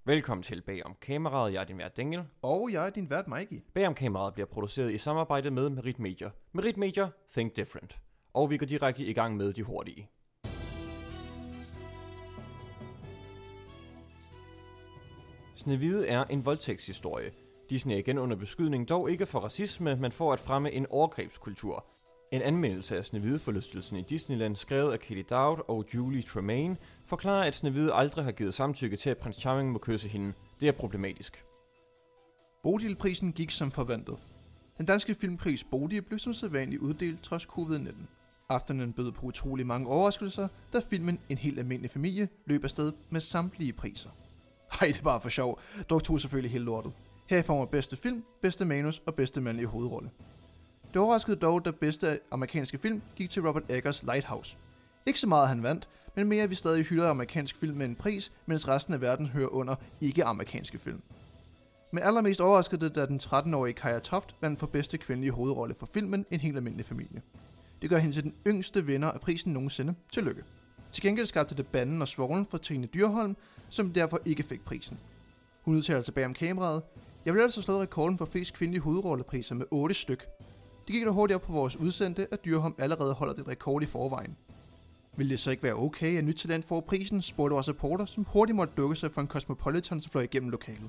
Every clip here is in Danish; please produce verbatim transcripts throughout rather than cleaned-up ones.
Velkommen til Bag om Kameraet. Jeg er din vært Daniel. Og jeg er din vært Mikey. Bag om Kameraet bliver produceret i samarbejde med Merit Media. Merit Media, think different. Og vi går direkte i gang med de hurtige. Snehvide er en voldtægtshistorie. Disney er igen under beskydning, dog ikke for racisme, men for at fremme en overgrebskultur. En anmeldelse af Snehvide-forlystelsen i Disneyland, skrevet af Katie Dowd og Julie Tremaine, forklarer, at Snehvide aldrig har givet samtykke til, at prins Charming må kysse hende. Det er problematisk. Bodilprisen gik som forventet. Den danske filmpris Bodil blev som sædvanligt uddelt trods covid nitten. Aftenen bød på utrolig mange overraskelser, da filmen En helt almindelig familie løb afsted med samtlige priser. Ej, det er bare for sjov. Dog tog selvfølgelig hele lortet. Her i form af bedste film, bedste manus og bedste mandlige hovedrolle. Det overraskede dog, da bedste amerikanske film gik til Robert Eggers Lighthouse. Ikke så meget han vandt, men mere at vi stadig hylder amerikansk film med en pris, mens resten af verden hører under ikke-amerikanske film. Men allermest overraskede det, da den tretten-årige Kaja Toft vandt for bedste kvindelige hovedrolle for filmen En helt almindelig familie. Det gør hende til den yngste vinder af prisen nogensinde. Tillykke. Til gengæld skabte det banden og svoglen for Trine Dyrholm, som derfor ikke fik prisen. Hun udtaler tilbage om kameraet: Jeg vil altså slå rekorden for flest kvindelige hovedrollepriser med otte styk. Det gik da hurtigt op på vores udsendte, at Dyrholm allerede holder det rekord i forvejen. Vil det så ikke være okay, at Nyt Talent får prisen, spurgte vores reporter, som hurtigt måtte dukke sig for en Cosmopolitan, som fløj igennem lokalet.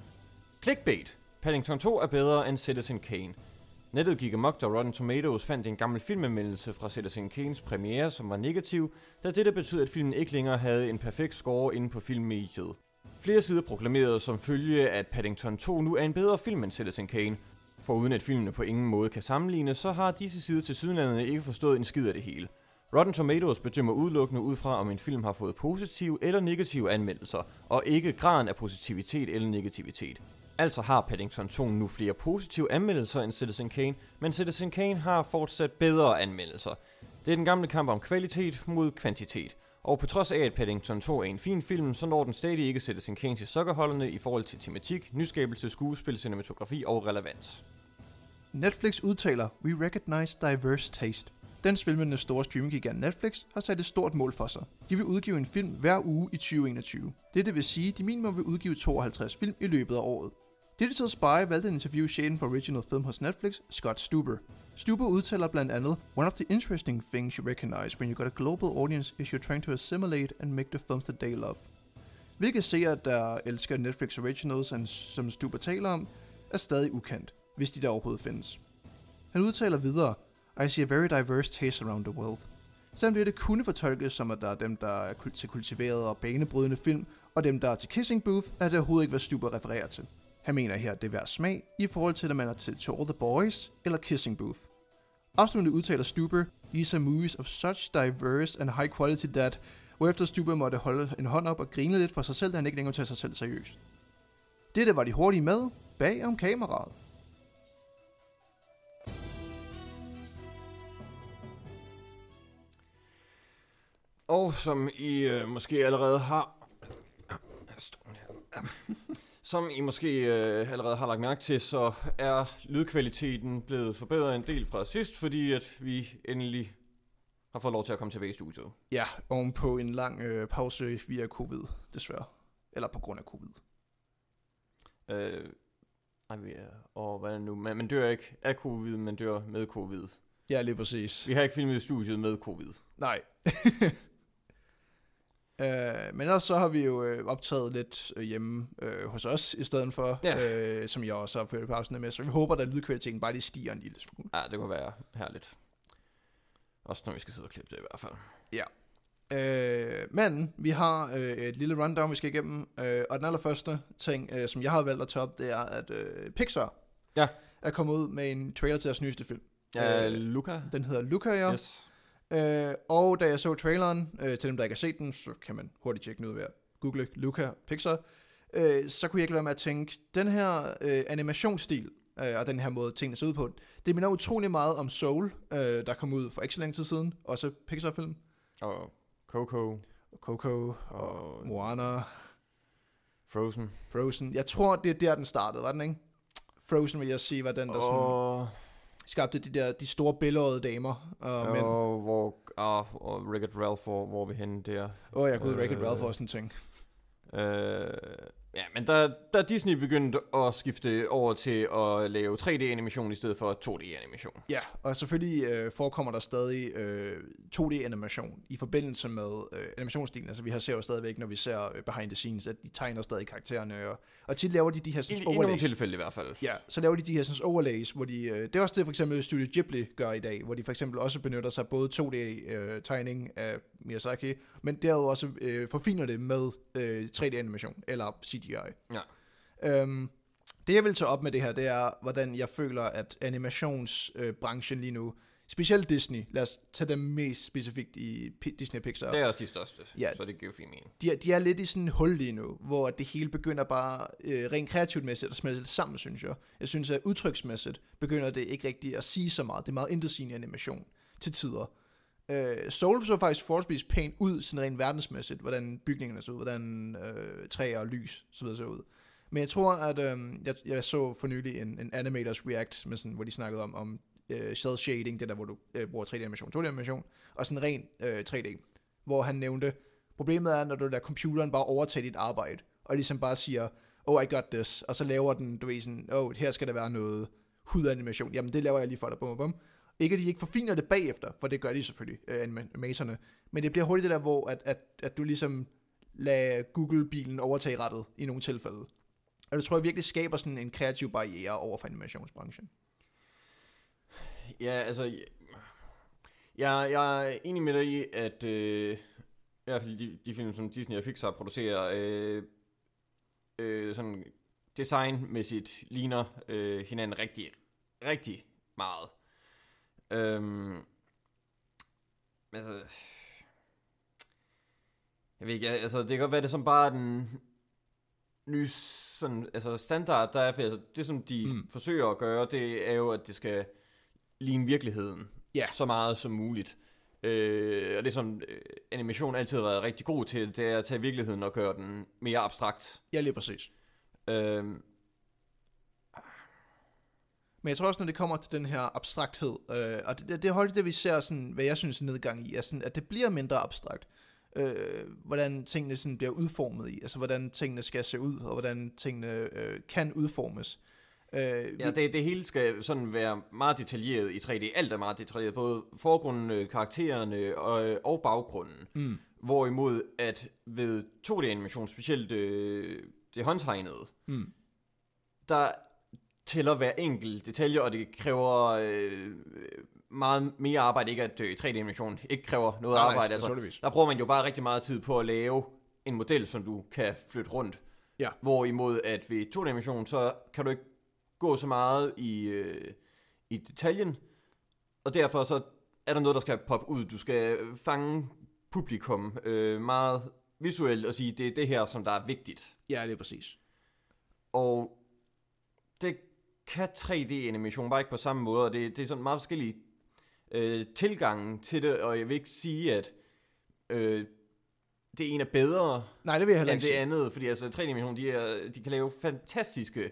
Clickbait. Paddington to er bedre end Citizen Kane. Nettet gik amok, da Rotten Tomatoes fandt en gammel filmanmeldelse fra Citizen Kanes premiere, som var negativ, da dette betød, at filmen ikke længere havde en perfekt score inde på filmmediet. Flere sider proklamerede som følge, at Paddington to nu er en bedre film end Citizen Kane. For uden at filmene på ingen måde kan sammenlignes, så har disse sider til sydenlandene ikke forstået en skid af det hele. Rotten Tomatoes bedømmer udelukkende ud fra, om en film har fået positive eller negative anmeldelser, og ikke graden af positivitet eller negativitet. Altså har Paddington to nu flere positive anmeldelser end Citizen Kane, men Citizen Kane har fortsat bedre anmeldelser. Det er den gamle kamp om kvalitet mod kvantitet. Og på trods af, at Paddington to er en fin film, så når den stadig ikke Citizen Kane til sokkerholderne i forhold til tematik, nyskabelse, skuespil, cinematografi og relevans. Netflix udtaler: We recognize diverse taste. Den filmende store streaminggigant Netflix har sat et stort mål for sig. De vil udgive en film hver uge i tyve enogtyve. Dette vil sige, at de minimum vil udgive tooghalvtreds film i løbet af året. Digital Spy valgte at interviewe chefen for original film hos Netflix, Scott Stuber. Stuber udtaler blandt andet: One of the interesting things you recognize when you got a global audience is you're trying to assimilate and make the films that they love. Hvilke seere, der elsker Netflix originals, som Stuber taler om, er stadig ukendt, hvis de der overhovedet findes. Han udtaler videre: I see a very diverse taste around the world. Selvom det kunne fortolkes som, at der er dem, der er til kultiverede og banebrydende film, og dem, der er til Kissing Booth, er det overhovedet ikke, hvad Stuber refererer til. Han mener her, at det er hver smag, i forhold til, at man er til To All the Boys eller Kissing Booth. Afsluttende udtaler Stuber: These are movies of such diverse and high quality that, hvorefter Stuber måtte holde en hånd op og grine lidt for sig selv, da han ikke længere tager sig selv seriøst. Dette var de hurtige med Bag om Kameraet. Og som I øh, måske allerede har... Som I måske øh, allerede har lagt mærke til, så er lydkvaliteten blevet forbedret en del fra sidst, fordi at vi endelig har fået lov til at komme tilbage i studiet. Ja, ovenpå en lang øh, pause via covid, desværre. Eller på grund af covid. Øh, ej, vi er, og hvad er det nu? Man, man dør ikke af covid, man dør med covid. Ja, lige præcis. Vi har ikke filmet i studiet med covid. Nej. Uh, men ellers så har vi jo øh, optaget lidt øh, hjemme øh, hos os i stedet for, ja. øh, som jeg også har ført pausen med, så vi håber, at lydkvaliteten bare lige stiger en lille smule. Ja, det kunne være herligt. Også når vi skal sidde og klippe det i hvert fald. Ja. Uh, men vi har øh, et lille rundown, vi skal igennem, øh, og den allerførste ting, øh, som jeg har valgt at tage op, det er, at øh, Pixar ja. er kommet ud med en trailer til deres nyeste film. Ja, uh, Luca. Den hedder Luca, ja. Yes. Uh, og da jeg så traileren, uh, til dem der ikke har set den, så kan man hurtigt tjekke den ud ved at google Luca Pixar, uh, så kunne jeg ikke lade være med at tænke, den her uh, animationsstil, uh, og den her måde tingene ser ud på, det minder utrolig meget om Soul, uh, der kom ud for ikke så lang tid siden, også Pixar-film. Og Coco. Og Coco, og, og Moana. Frozen. Frozen. Jeg tror, det er der, den startede, var den ikke? Frozen, vil jeg sige, var den, der og... sådan skabte de der de store billede damer og og mænd. Hvor, ah, og Wreck-It Ralph, hvor, hvor vi henne der. Åh, oh, jeg kunne uh, Wreck-It Ralph også en ting. Uh, Ja, men der, der er Disney begyndt at skifte over til at lave tre D-animation i stedet for to D-animation. Ja, og selvfølgelig øh, forekommer der stadig øh, to D-animation i forbindelse med øh, animationsstilen. Altså vi har ser jo stadigvæk, når vi ser øh, behind the scenes, at de tegner stadig karaktererne, og, og tit laver de de her sådan, I, overlays. I nogle tilfælde i hvert fald. Ja, så laver de de her sådan, overlays, hvor de, øh, det er også det for eksempel Studio Ghibli gør i dag, hvor de for eksempel også benytter sig både to D-tegning øh, af Miyazaki, men derudover også øh, forfiner det med øh, tre D-animation, eller C G I. Ja. Øhm, det jeg vil tage op med det her, det er, hvordan jeg føler, at animationsbranchen øh, lige nu, specielt Disney, lad os tage dem mest specifikt i P- Disney og Pixar. Det er også de største, ja, så det giver jo fin mening. De er, de er lidt i sådan en hul lige nu, hvor det hele begynder bare øh, rent kreativt mæssigt at smelte lidt sammen, synes jeg. Jeg synes, at udtryksmæssigt begynder det ikke rigtigt at sige så meget. Det er meget intetsigende animation til tider. Øh, Soul så faktisk forholdsvis pænt ud, sådan rent verdensmæssigt, hvordan bygningerne så ud, hvordan øh, træer og lys så videre så ud. Men jeg tror, at øh, jeg, jeg så for nylig en, en Animators React, med sådan, hvor de snakkede om, om øh, cel shading, det der, hvor du øh, bruger tre D-animation, to D-animation, og sådan ren øh, tre D, hvor han nævnte, problemet er, når du lader computeren bare overtage dit arbejde, og ligesom bare siger, oh, I got this, og så laver den, du ved sådan, oh, her skal der være noget hudanimation, jamen det laver jeg lige for dig, bum, bum. Ikke at de ikke forfiner det bagefter, for det gør de selvfølgelig, øh, animatorerne, men det bliver hurtigt det der, hvor at, at, at du ligesom lader Google-bilen overtage rettet i nogle tilfælde. Og det tror jeg virkelig skaber sådan en kreativ barriere over for animationsbranchen. Ja, altså, jeg, jeg er enig med dig i, at øh, i hvert fald de, de film, som Disney og Pixar producerer, øh, øh, sådan designmæssigt ligner øh, hinanden rigtig, rigtig meget. Øhm, altså, jeg ved ikke, altså det kan godt være, det som bare den nye sådan, altså standard, der er for, altså, det som de mm. forsøger at gøre, det er jo, at det skal ligne virkeligheden yeah. så meget som muligt. Øh, og det som øh, animation altid har været rigtig god til, det er at tage virkeligheden og gøre den mere abstrakt. Ja, lige præcis. Øhm, Men jeg tror også, når det kommer til den her abstrakthed, øh, og det, det holdt det, vi ser, sådan, hvad jeg synes er nedgang i, er sådan, at det bliver mindre abstrakt. Øh, hvordan tingene sådan bliver udformet i, altså hvordan tingene skal se ud, og hvordan tingene øh, kan udformes. Øh, ja, det, det hele skal sådan være meget detaljeret i tre D. Alt er meget detaljeret, både forgrunden, karaktererne og, og baggrunden. Mm. Hvorimod at ved to D-animation, specielt øh, det håndtegnede, mm. der tæller hver enkelt detalje, og det kræver øh, meget mere arbejde. Ikke at øh, tre D-animation ikke kræver noget nej, arbejde. Nej, altså, der bruger man jo bare rigtig meget tid på at lave en model, som du kan flytte rundt. Ja. Hvorimod at ved to D-animation, så kan du ikke gå så meget i, øh, i detaljen, og derfor så er der noget, der skal poppe ud. Du skal fange publikum øh, meget visuelt og sige, det er det her, som der er vigtigt. Ja, det er præcis. Og det kan tre D-animation bare ikke på samme måde, og det, det er sådan meget forskellige øh, tilgange til det, og jeg vil ikke sige, at øh, det ene er bedre Nej, det vil jeg heller end ikke det andet, fordi altså tre D-animation, de, er, de kan lave fantastiske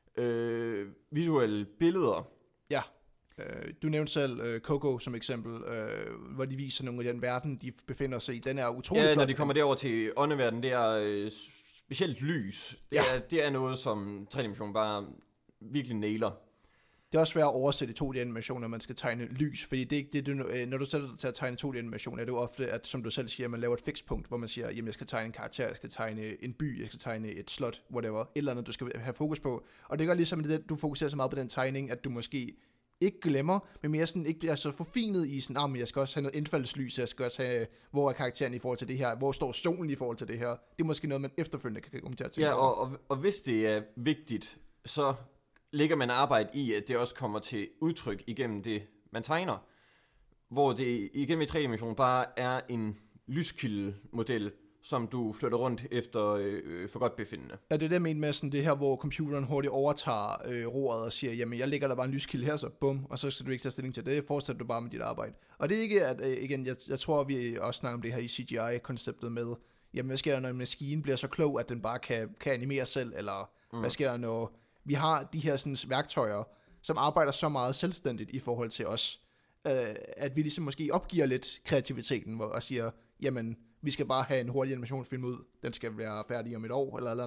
øh, visuelle billeder. Ja, øh, du nævnte selv øh, Coco som eksempel, øh, hvor de viser nogle af den verden, de befinder sig i. Den er utrolig Ja, flot. når de kommer derover til åndeverdenen, det er øh, specielt lys. Det, ja. er, det er noget, som tre D-animation bare virkelig nailer. Det er også svært at oversætte i to D-animation, når man skal tegne lys, fordi det er ikke det, du, når du sætter dig til at tegne to D-animation, er det jo ofte, at som du selv siger, man laver et fikspunkt, hvor man siger, jamen jeg skal tegne en karakter, jeg skal tegne en by, jeg skal tegne et slot, whatever, et eller andet, du skal have fokus på. Og det gør ligesom, at du fokuserer så meget på den tegning, at du måske ikke glemmer, men mere sådan ikke bliver så forfinet i sådan, ah, men jeg skal også have noget indfaldslys, jeg skal også have, hvor er karakteren i forhold til det her, hvor står stolen i forhold til det her. Det er måske noget, man efterfølgende kan komme til at tænke Ja, og, og, og hvis det er vigtigt, så lægger man arbejde i, at det også kommer til udtryk igennem det, man tegner. Hvor det igennem i tre D-animation bare er en lyskildemodel, som du flytter rundt efter øh, for godt befindende. Ja, det er det, jeg mener med sådan det her, hvor computeren hurtigt overtager øh, roret og siger, jamen jeg lægger der bare en lyskilde her, så bum, og så skal du ikke tage stilling til det, fortsætter du bare med dit arbejde. Og det er ikke, at øh, igen, jeg, jeg tror, vi også snakker om det her i C G I-konceptet med, jamen hvad sker der, når en maskine bliver så klog, at den bare kan, kan animere selv, eller mm. hvad sker der, når vi har de her sådan, værktøjer, som arbejder så meget selvstændigt i forhold til os, øh, at vi ligesom måske opgiver lidt kreativiteten, og siger, jamen, vi skal bare have en hurtig animationsfilm ud, den skal være færdig om et år, eller eller andet.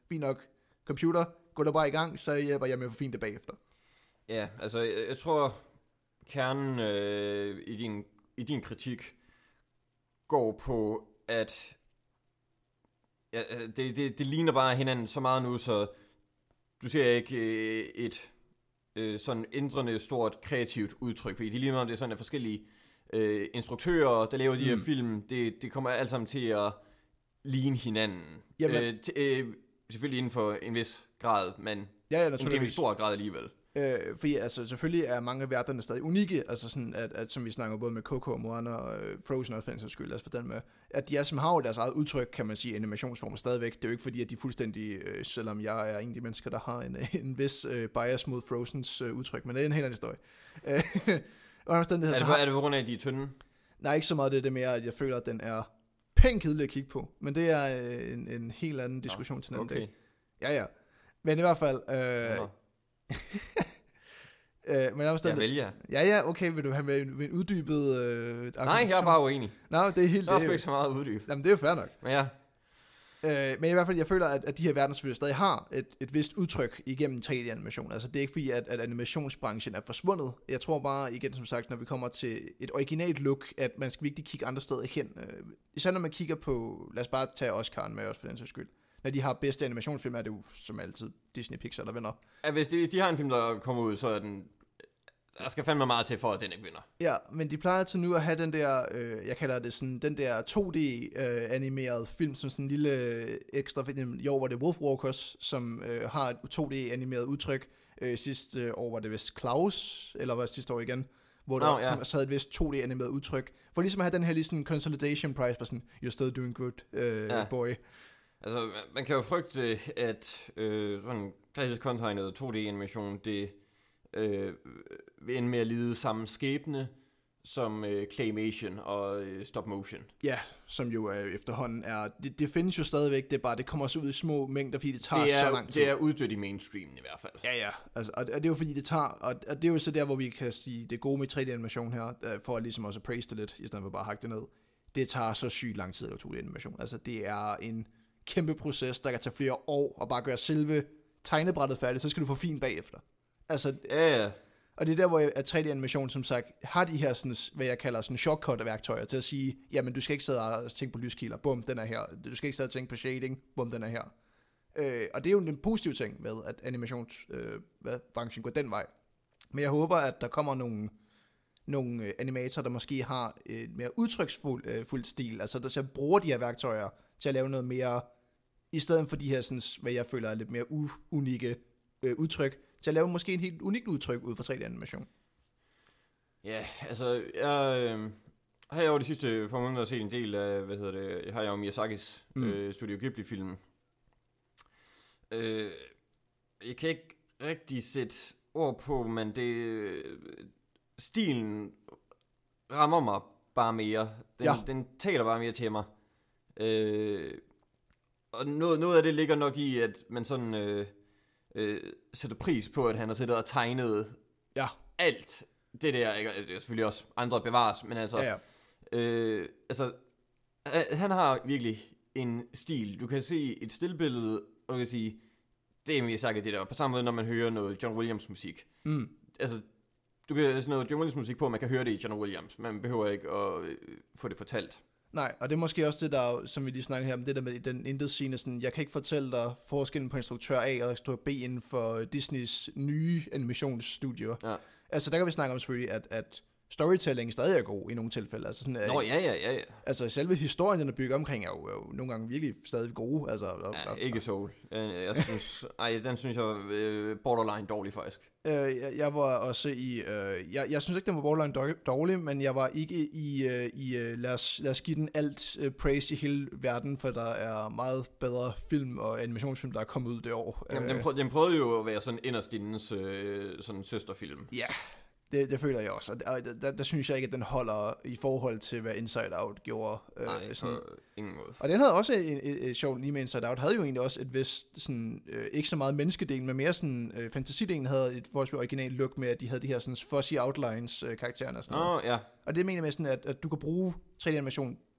fint nok, computer, gå der bare i gang, så hjælper jeg med at få fint det bagefter. Ja, altså jeg, jeg tror, kernen øh, i, din, i din kritik går på, at ja, det, det, det ligner bare hinanden så meget nu, så du ser ikke øh, et øh, sådan ændrende stort kreativt udtryk, fordi det ligner om det er sådan, at forskellige øh, instruktører, der laver de her mm. film, det, det kommer alt sammen til at ligne hinanden. Jamen, øh, t- øh, selvfølgelig inden for en vis grad, men ja, ja, en rimelig stor grad alligevel. Øh, fordi altså, selvfølgelig er mange af værterne stadig unikke, altså sådan, at, at som vi snakker både med Coco og Moana og øh, Frozen og Fans skyld, altså for den med, at de alle sammen har jo deres eget udtryk, kan man sige, animationsformer stadigvæk. Det er jo ikke fordi, at de fuldstændig, øh, selvom jeg er en af de mennesker, der har en, en vis øh, bias mod Frozens øh, udtryk, men det er en helt anden historie. Øh, og er, det, har... er det på grund af, at de er tynde? Nej, ikke så meget det, det mere, at jeg føler, at den er pænt kedelig at kigge på, men det er øh, en, en helt anden diskussion ja, til den anden okay. dag. Ja, ja. Men i hvert fald... Øh, Øh, men jeg, jeg vælger. Ja, ja, okay, vil du have med en, med en uddybet øh, Nej, jeg er bare uenig. Nej, det er helt... Der er sgu ikke så meget uddyb. Jamen, det er jo fair nok. Men ja. Øh, men i hvert fald, jeg føler, at, at de her verdensfølger stadig har et, et vist udtryk igennem tre D-animation. Altså, det er ikke fordi, at, at animationsbranchen er forsvundet. Jeg tror bare, igen som sagt, når vi kommer til et originalt look, at man skal virkelig kigge andre steder hen. Øh, især når man kigger på... Lad os bare tage Oscar'en med os for den sags skyld. Når de har bedste animationsfilm, er det jo som altid Disney Pixar, der vinder. Ja, hvis de, de har en film, der kommer ud, så er den... Der skal fandme meget til, for at den ikke vinder. Ja, men de plejer til nu at have den der, øh, jeg kalder det sådan, den der to D-animerede øh, film, som sådan en lille øh, ekstra film. I år var det Wolfwalkers, som øh, har et to D-animeret udtryk. Øh, sidste øh, år var det vist Klaus, eller var det sidste år igen, hvor der oh, ja. havde et vist to D-animeret udtryk. For ligesom at have den her ligesom consolidation prize, på sådan, you're still doing good, øh, ja. boy. Altså, man kan jo frygte, at øh, sådan klassisk kontegnet to D-animation, det øh, vil ende med at lide samme skæbne som øh, claymation og øh, stop motion. Ja, som jo øh, efterhånden er... Det, det findes jo stadigvæk, det er bare, det kommer også ud i små mængder, fordi det tager det er, så lang tid. Det er uddødt i mainstreamen i hvert fald. Ja, ja. Altså, og, og det er jo fordi, det tager... Og, og det er jo så der, hvor vi kan sige, det gode med tre D-animation her, øh, for at ligesom også praise det lidt, i stedet for bare at hakke det ned. Det tager så sygt lang tid at lave to D-animation. Altså, det er en kæmpe proces, der kan tage flere år, og bare gøre selve tegnebrættet færdigt, så skal du få fint bagefter. Altså... Ja, ja. Og det er der, hvor at tre D-animation, som sagt, har de her, sådan, hvad jeg kalder sådan shortcut-værktøjer til at sige, jamen, du skal ikke sidde og tænke på lyskilder, bum, den er her. Du skal ikke sidde og tænke på shading, bum, den er her. Øh, og det er jo en positiv ting ved, at animationsbranchen øh, går den vej. Men jeg håber, at der kommer nogle, nogle animatorer, der måske har et mere udtryksfuld øh, fuld stil, altså der så bruger de her værktøjer til at lave noget mere, i stedet for de her, sådan, hvad jeg føler er lidt mere u- unikke øh, udtryk, til at lave måske en helt unikt udtryk ud fra tre D-animation. Ja, altså, jeg øh, har jeg over de sidste par måneder set en del af, hvad hedder det, jeg har jo Miyazakis mm. øh, Studio Ghibli-film. Øh, jeg kan ikke rigtig sætte ord på, men det, stilen rammer mig bare mere. Den, ja. den taler bare mere til mig. Øh, og noget, noget af det ligger nok i, at man sådan... Øh, Øh, sætter pris på, at han har siddet og tegnet ja. alt det der, ikke? Det er selvfølgelig også andre bevares, men altså, ja, ja. Øh, altså han har virkelig en stil. Du kan se et stillbillede, og du kan sige, det er Miyazaki det der, på samme måde, når man hører noget John Williams musik. Mm. Altså, du kan sådan noget John Williams musik på, man kan høre det i John Williams, man behøver ikke at øh, få det fortalt. Nej, og det er måske også det der, som vi lige snakker her om, det der med den intet-scene, sådan, jeg kan ikke fortælle dig forskellen på instruktør A og instruktør B inden for Disneys nye animationsstudier. Ja. Altså der kan vi snakke om selvfølgelig, at, at storytelling stadig er god i nogle tilfælde. Altså, sådan, Nå, ja, ja, ja, ja. Altså selve historien, den er bygget omkring, er jo, er jo nogle gange virkelig stadig gode. Altså, og, ja, og, ikke Soul. Jeg, jeg synes, ej, den synes jeg var øh, borderline dårlig faktisk. Øh, jeg, jeg var også i, øh, jeg, jeg synes ikke, den var borderline dårlig, men jeg var ikke i, øh, i øh, lad, os, lad os give den alt øh, praise i hele verden, for der er meget bedre film og animationsfilm, der er kommet ud det år. Jamen, den, prøv, den prøvede jo at være sådan inderst indens øh, sådan søsterfilm. Ja. Det, det føler jeg også, og der, der, der synes jeg ikke, at den holder i forhold til, hvad Inside Out gjorde. Nej, øh, sådan. på ingen måde. Og den havde også et, et, et sjovt lige med Inside Out, havde jo egentlig også et vist, sådan, øh, ikke så meget menneskedelen, men mere sådan, øh, fantasidelen havde et forholdsvis originalt look med, at de havde de her sådan fuzzy outlines, øh, karaktererne og sådan noget. Oh, ja. Og det mener jeg med sådan, at, at du kan bruge tre D-animation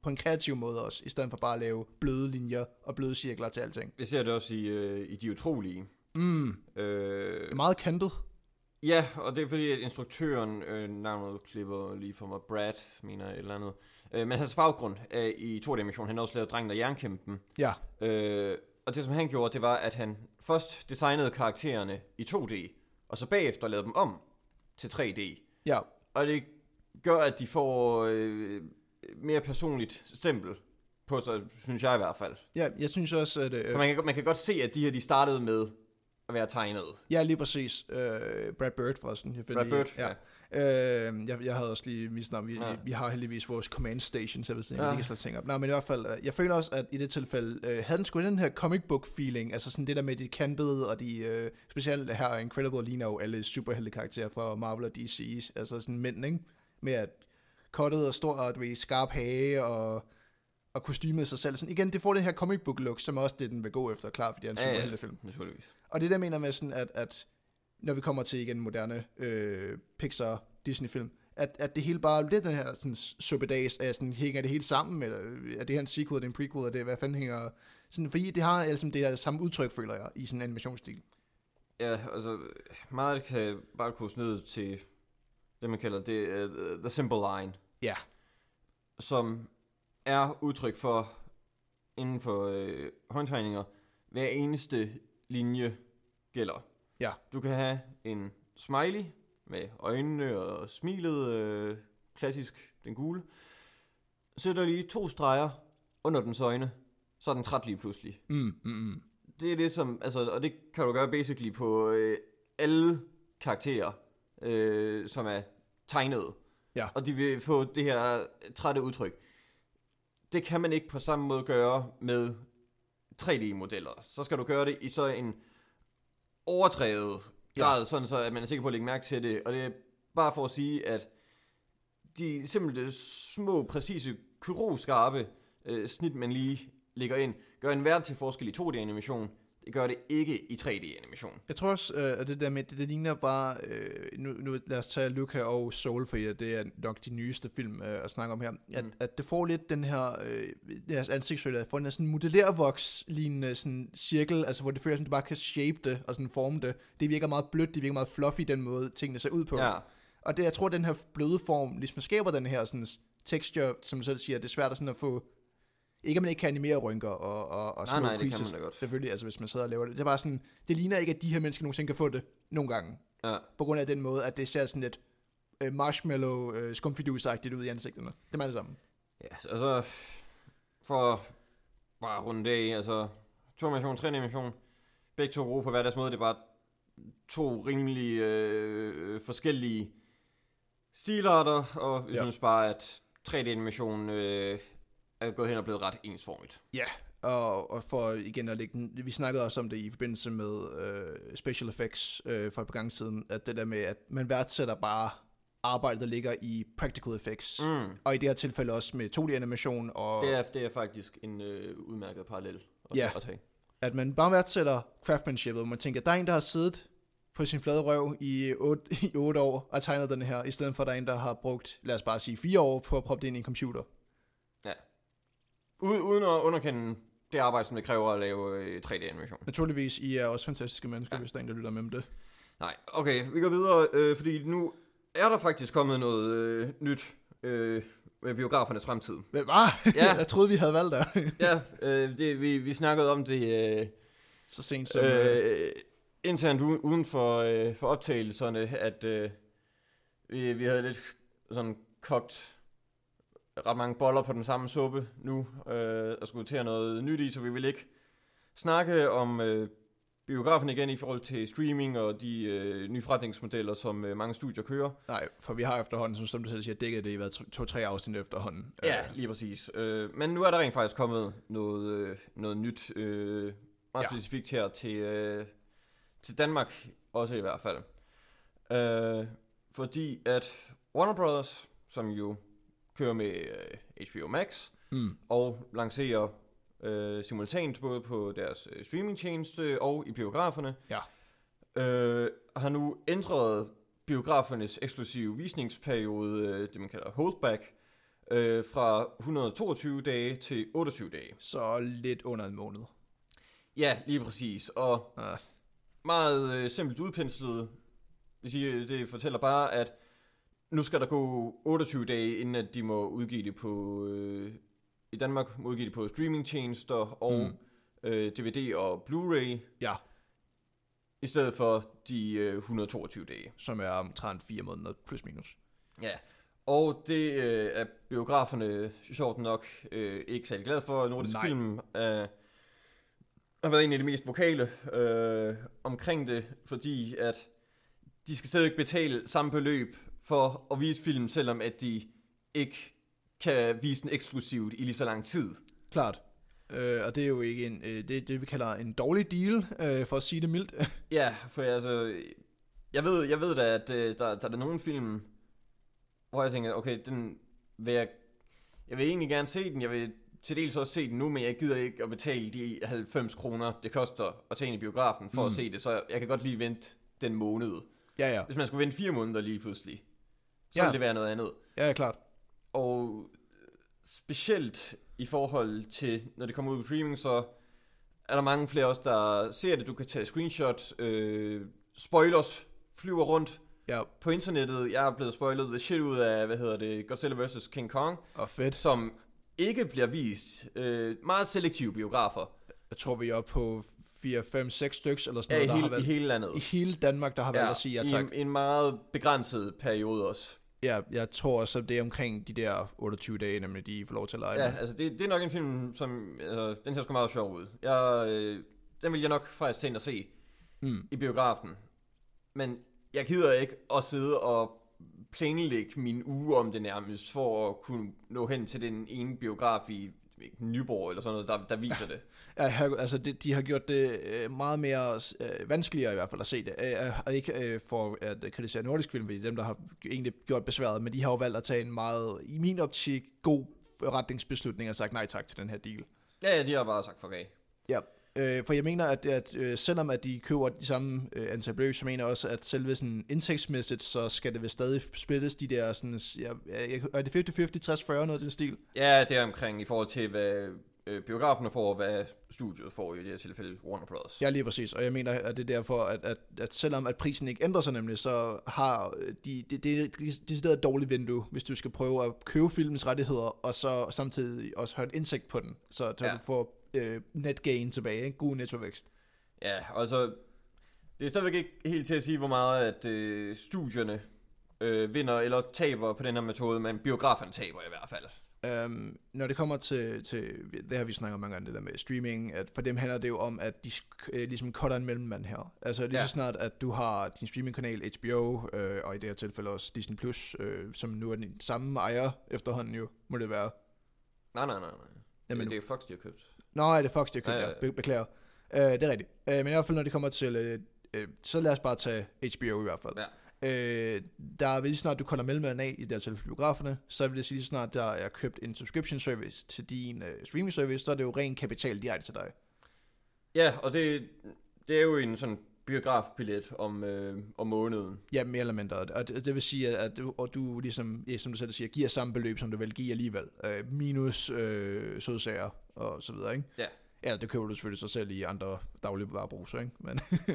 på en kreativ måde også, i stedet for bare at lave bløde linjer og bløde cirkler til alting. Jeg ser det også i, øh, i De Utrolige. Mm. Øh, Det er meget kantet. ja, og det er fordi, at instruktøren, øh, navnet klipper lige for mig, Brad, mener jeg, et eller andet. Øh, men hans baggrund er i to-dimension. Han har også lavet Drengen der Jernkæmpen. Ja. Øh, og det, som han gjorde, det var, at han først designede karaktererne i to D, og så bagefter lavede dem om til tre D. Ja. Og det gør, at de får øh, mere personligt stempel på sig, synes jeg i hvert fald. Ja, jeg synes også, at... Øh, For man kan, man kan godt se, at de her, de startede med at være tegnet. ja, lige præcis. Øh, Brad Bird forresten. Jeg Brad Bird, ja. ja. Øh, jeg, jeg havde også lige misnavn. Vi, ja. vi, vi har heldigvis vores command station, så jeg ved ikke, ja. jeg kan slet ting op. Nej, men i hvert fald, jeg føler også, at i det tilfælde, øh, havde den sgu den her comic book feeling, altså sådan det der med de kantede, og de, øh, specielt her Incredible ligner jo alle superhelte karakterer fra Marvel og D C, altså sådan mænd, ikke? Med at cuttet og stor, og du ved, skarp hage, og, og kostymet sig selv. Sådan, igen, det får det her comic book look, som også det, den vil gå efter, klar, fordi det er en Ja, ja, superheltefilm. naturligvis. Og det der mener med sådan, at, at når vi kommer til igen moderne øh, Pixar Disney-film, at, at det hele bare lidt den her sådan, suppedags, af sådan, hænger det hele sammen, eller er det her en sequel, er det en prequel, er det, hvad fanden hænger... Sådan, fordi det har altså det der samme udtryk, føler jeg, i sådan en animationsstil. Ja, altså, meget kan bare koges ned til det, man kalder det, uh, the simple line. Ja. Som er udtryk for, inden for øh, håndtegninger, hver eneste linje gælder. Ja. Du kan have en smiley med øjnene og smilet, øh, klassisk den gule. Sætter lige to streger under dens øjne, så er den træt lige pludselig. Mm, mm, mm. Det er det som, altså, og det kan du gøre basically på øh, alle karakterer, øh, som er tegnet. Ja. Og de vil få det her trætte udtryk. Det kan man ikke på samme måde gøre med tre D-modeller. Så skal du gøre det i så en overdrevet grad, ja. Sådan så at man er sikker på at lægge mærke til det. Og det er bare for at sige, at de simpelthen små, præcise, kirurgskarpe øh, snit, man lige lægger ind, gør en verden til forskel i to D-animation. Det gør det ikke i tre D-animation. Jeg tror også, øh, at det der med, det, det ligner bare, øh, nu, nu lad os tage Luca og Soul, for det er nok de nyeste film øh, at snakke om her, at, mm. at det får lidt den her, øh, deres ansigtsfølge, får den her sådan modellervoks-lignende sådan cirkel, altså hvor det føler, at du bare kan shape det og sådan forme det. Det virker meget blødt, det virker meget fluffy, den måde tingene ser ud på. Ja. Og det, jeg tror, den her bløde form, ligesom skaber den her sådan texture, som du selv siger, det er svært at sådan at få. Ikke at man ikke kan animere rynker og, og, og små nej, nej, creases, det kan man da godt. Selvfølgelig, altså hvis man sidder og laver det. Det er bare sådan, det ligner ikke, at de her mennesker nogensinde kan få det nogle gange. Ja. På grund af den måde, at det ser sådan lidt øh, marshmallow, øh, skumfidus-agtigt ud i ansigterne. Det er meget det samme. Ja, altså, for bare at runde det af, altså, to-dimension, tre-dimension, begge to bruger på hver deres måde, det er bare to rimelig øh, forskellige stilarter, og jeg ja. synes bare, at tre D-animation øh, er gået hen og blevet ret ensformigt. Ja, og, og for igen at lægge den, vi snakkede også om det i forbindelse med øh, special effects øh, for et par gange siden, at det der med, at man værdsætter bare arbejde, der ligger i practical effects, mm. og i det her tilfælde også med to D-animation. Og det, er, det er faktisk en øh, udmærket parallel at, ja, at tage. At man bare værdsætter craftsmanship, og man tænker, der er en, der har siddet på sin flade røv i otte, i otte år og tegnet den her, i stedet for, at der er en, der har brugt, lad os bare sige, fire år på at proppe det ind i en computer. Ja. Uden at underkende det arbejde, som det kræver at lave øh, tre D-animation. Naturligvis, I er også fantastiske mennesker, ja. Hvis der er en, der lytter med om det. Nej, okay, vi går videre, øh, fordi nu er der faktisk kommet noget øh, nyt øh, med biografernes fremtid. Hvad? Ja. Jeg troede, vi havde valgt det. ja, øh, det, vi, vi snakkede om det øh, så sent som øh, internt uden for, øh, for optagelserne, at øh, vi, vi havde lidt sådan kogt ret mange boller på den samme suppe nu, øh, og skulle til noget nyt i, så vi ville ikke snakke om øh, biografen igen i forhold til streaming og de øh, nye forretningsmodeller, som øh, mange studier kører. Nej, for vi har efterhånden, som du selv siger, dækket det i været to-tre afsnit efterhånden. Ja, lige præcis. Øh, men nu er der rent faktisk kommet noget, øh, noget nyt, øh, meget ja. specifikt her til, øh, til Danmark, også i hvert fald. Øh, fordi at Warner Brothers, som jo kører med øh, H B O Max, mm. og lancerer øh, simultant både på deres øh, streamingtjeneste og i biograferne, ja. øh, har nu ændret biografernes eksklusive visningsperiode, øh, det man kalder holdback, øh, fra et hundrede og toogtyve dage til otteogtyve dage. Så lidt under en måned. Ja, lige præcis. Og Ah. meget øh, simpelt udpenslet. Det, siger, det fortæller bare, at nu skal der gå otteogtyve dage, inden at de må udgive det på... Øh, i Danmark må udgive det på streamingtjenester og mm. øh, D V D og Blu-ray. Ja. I stedet for de øh, et hundrede og toogtyve dage. Som er omtrent fire måneder plus minus. Ja, og det øh, er biograferne sjovt nok øh, ikke særlig glad for. Nordisk Nej. Film øh, har været en af de mest vokale øh, omkring det, fordi at de skal stadig betale samme beløb for at vise film, selvom at de ikke kan vise den eksklusivt i lige så lang tid. Klart. Øh, og det er jo ikke en, øh, det, det, vi kalder en dårlig deal, øh, for at sige det mildt. Ja, for altså, jeg ved, jeg ved da, at øh, der, der er nogle film, hvor jeg tænker, okay, den vil jeg, jeg vil egentlig gerne se den, jeg vil til dels også se den nu, men jeg gider ikke at betale de halvfems kroner, det koster at tage ind i biografen for mm. at se det, så jeg kan godt lige vente den måned. Ja, ja. Hvis man skulle vente fire måneder lige pludselig, så ja. ville det være noget andet. Ja, ja, klart. Og specielt i forhold til, når det kommer ud på streaming, så er der mange flere også, der ser det. Du kan tage screenshots, øh, spoilers, flyver rundt ja. på internettet. Jeg er blevet spoilet the shit ud af, hvad hedder det, Godzilla versus. King Kong. Og fedt. Som ikke bliver vist. Øh, meget selektive biografer. Jeg tror, vi er oppe på fire, fem, seks stykker, eller sådan ja, noget, der hele, har været, i hele landet. I hele Danmark, der har ja, været at sige ja tak. I en, en meget begrænset periode også. Ja, jeg tror også, at det er omkring de der otteogtyve dage, nemlig de får lov til at lege. Ja, altså det, det er nok en film, som, altså, den ser sgu meget sjov ud. Jeg, øh, den vil jeg nok faktisk tage ind og se mm. i biografen. Men jeg gider ikke at sidde og planlægge min uge om det nærmest, for at kunne nå hen til den ene biograf i Nyborg eller sådan noget, der, der viser det. Ja, altså de, de har gjort det meget mere øh, vanskeligere i hvert fald at se det. Øh, og ikke øh, for at kritisere nordisk film, fordi dem, der har egentlig gjort besværet, men de har jo valgt at tage en meget, i min optik, god retningsbeslutning og sagt nej tak til den her deal. Ja, ja, de har bare sagt for gay. Ja, øh, for jeg mener, at, at øh, selvom at de køber de samme øh, antal beløb, så mener jeg også, at selve sådan indtægtsmæssigt, så skal det vel stadig splittes de der sådan, ja, er det halvtreds halvtreds, tres fyrre noget af den stil? Ja, det er omkring i forhold til, hvad øh, biograferne får, og hvad studiet får i det her tilfælde Warner Brothers. Ja, lige præcis, og jeg mener, at det er derfor, at, at, at selvom at prisen ikke ændrer sig nemlig, så har de, det, det er decideret et dårligt vindue, hvis du skal prøve at købe filmens rettigheder, og så samtidig også have en indsigt på den, så, så ja. Du får øh, net gain tilbage, ikke? God nettovækst. Ja, altså, det er stadigvæk ikke helt til at sige, hvor meget at øh, studierne øh, vinder eller taber på den her metode, men biograferne taber i hvert fald. Um, når det kommer til, til, det har vi snakket mange gange, det der med streaming, at for dem handler det jo om, at de øh, ligesom cutter en mellemmand her. Altså lige ja. Så snart, at du har din streamingkanal H B O, øh, og i det her tilfælde også Disney Plus, øh, som nu er den samme ejer efterhånden jo, må det være. Nej, nej, nej, nej. Jamen, det er Fox, de har købt. Nå, er det Fox, de har købt, ja, ja, ja. Be- beklager. Uh, det er rigtigt. Uh, men i hvert fald, når det kommer til, uh, uh, så lad os bare tage H B O i hvert fald. Ja. Øh, der vil snart du kolder mellemmanden af i der til biograferne, så vil det sige snart der er købt en subscription service til din uh, streaming service, så er det jo ren kapital direkte til dig. Ja, og det, det er jo en sådan biografbillet om, øh, om måneden. Ja, mere eller mindre, og det, det vil sige at du, og du ligesom, ja, som du selv siger, giver samme beløb som du vil give alligevel, øh, minus øh, sødsager og så videre, ikke? Ja. Ja, det køber du selvfølgelig sig selv i andre dagligvarebrugser, ikke? Men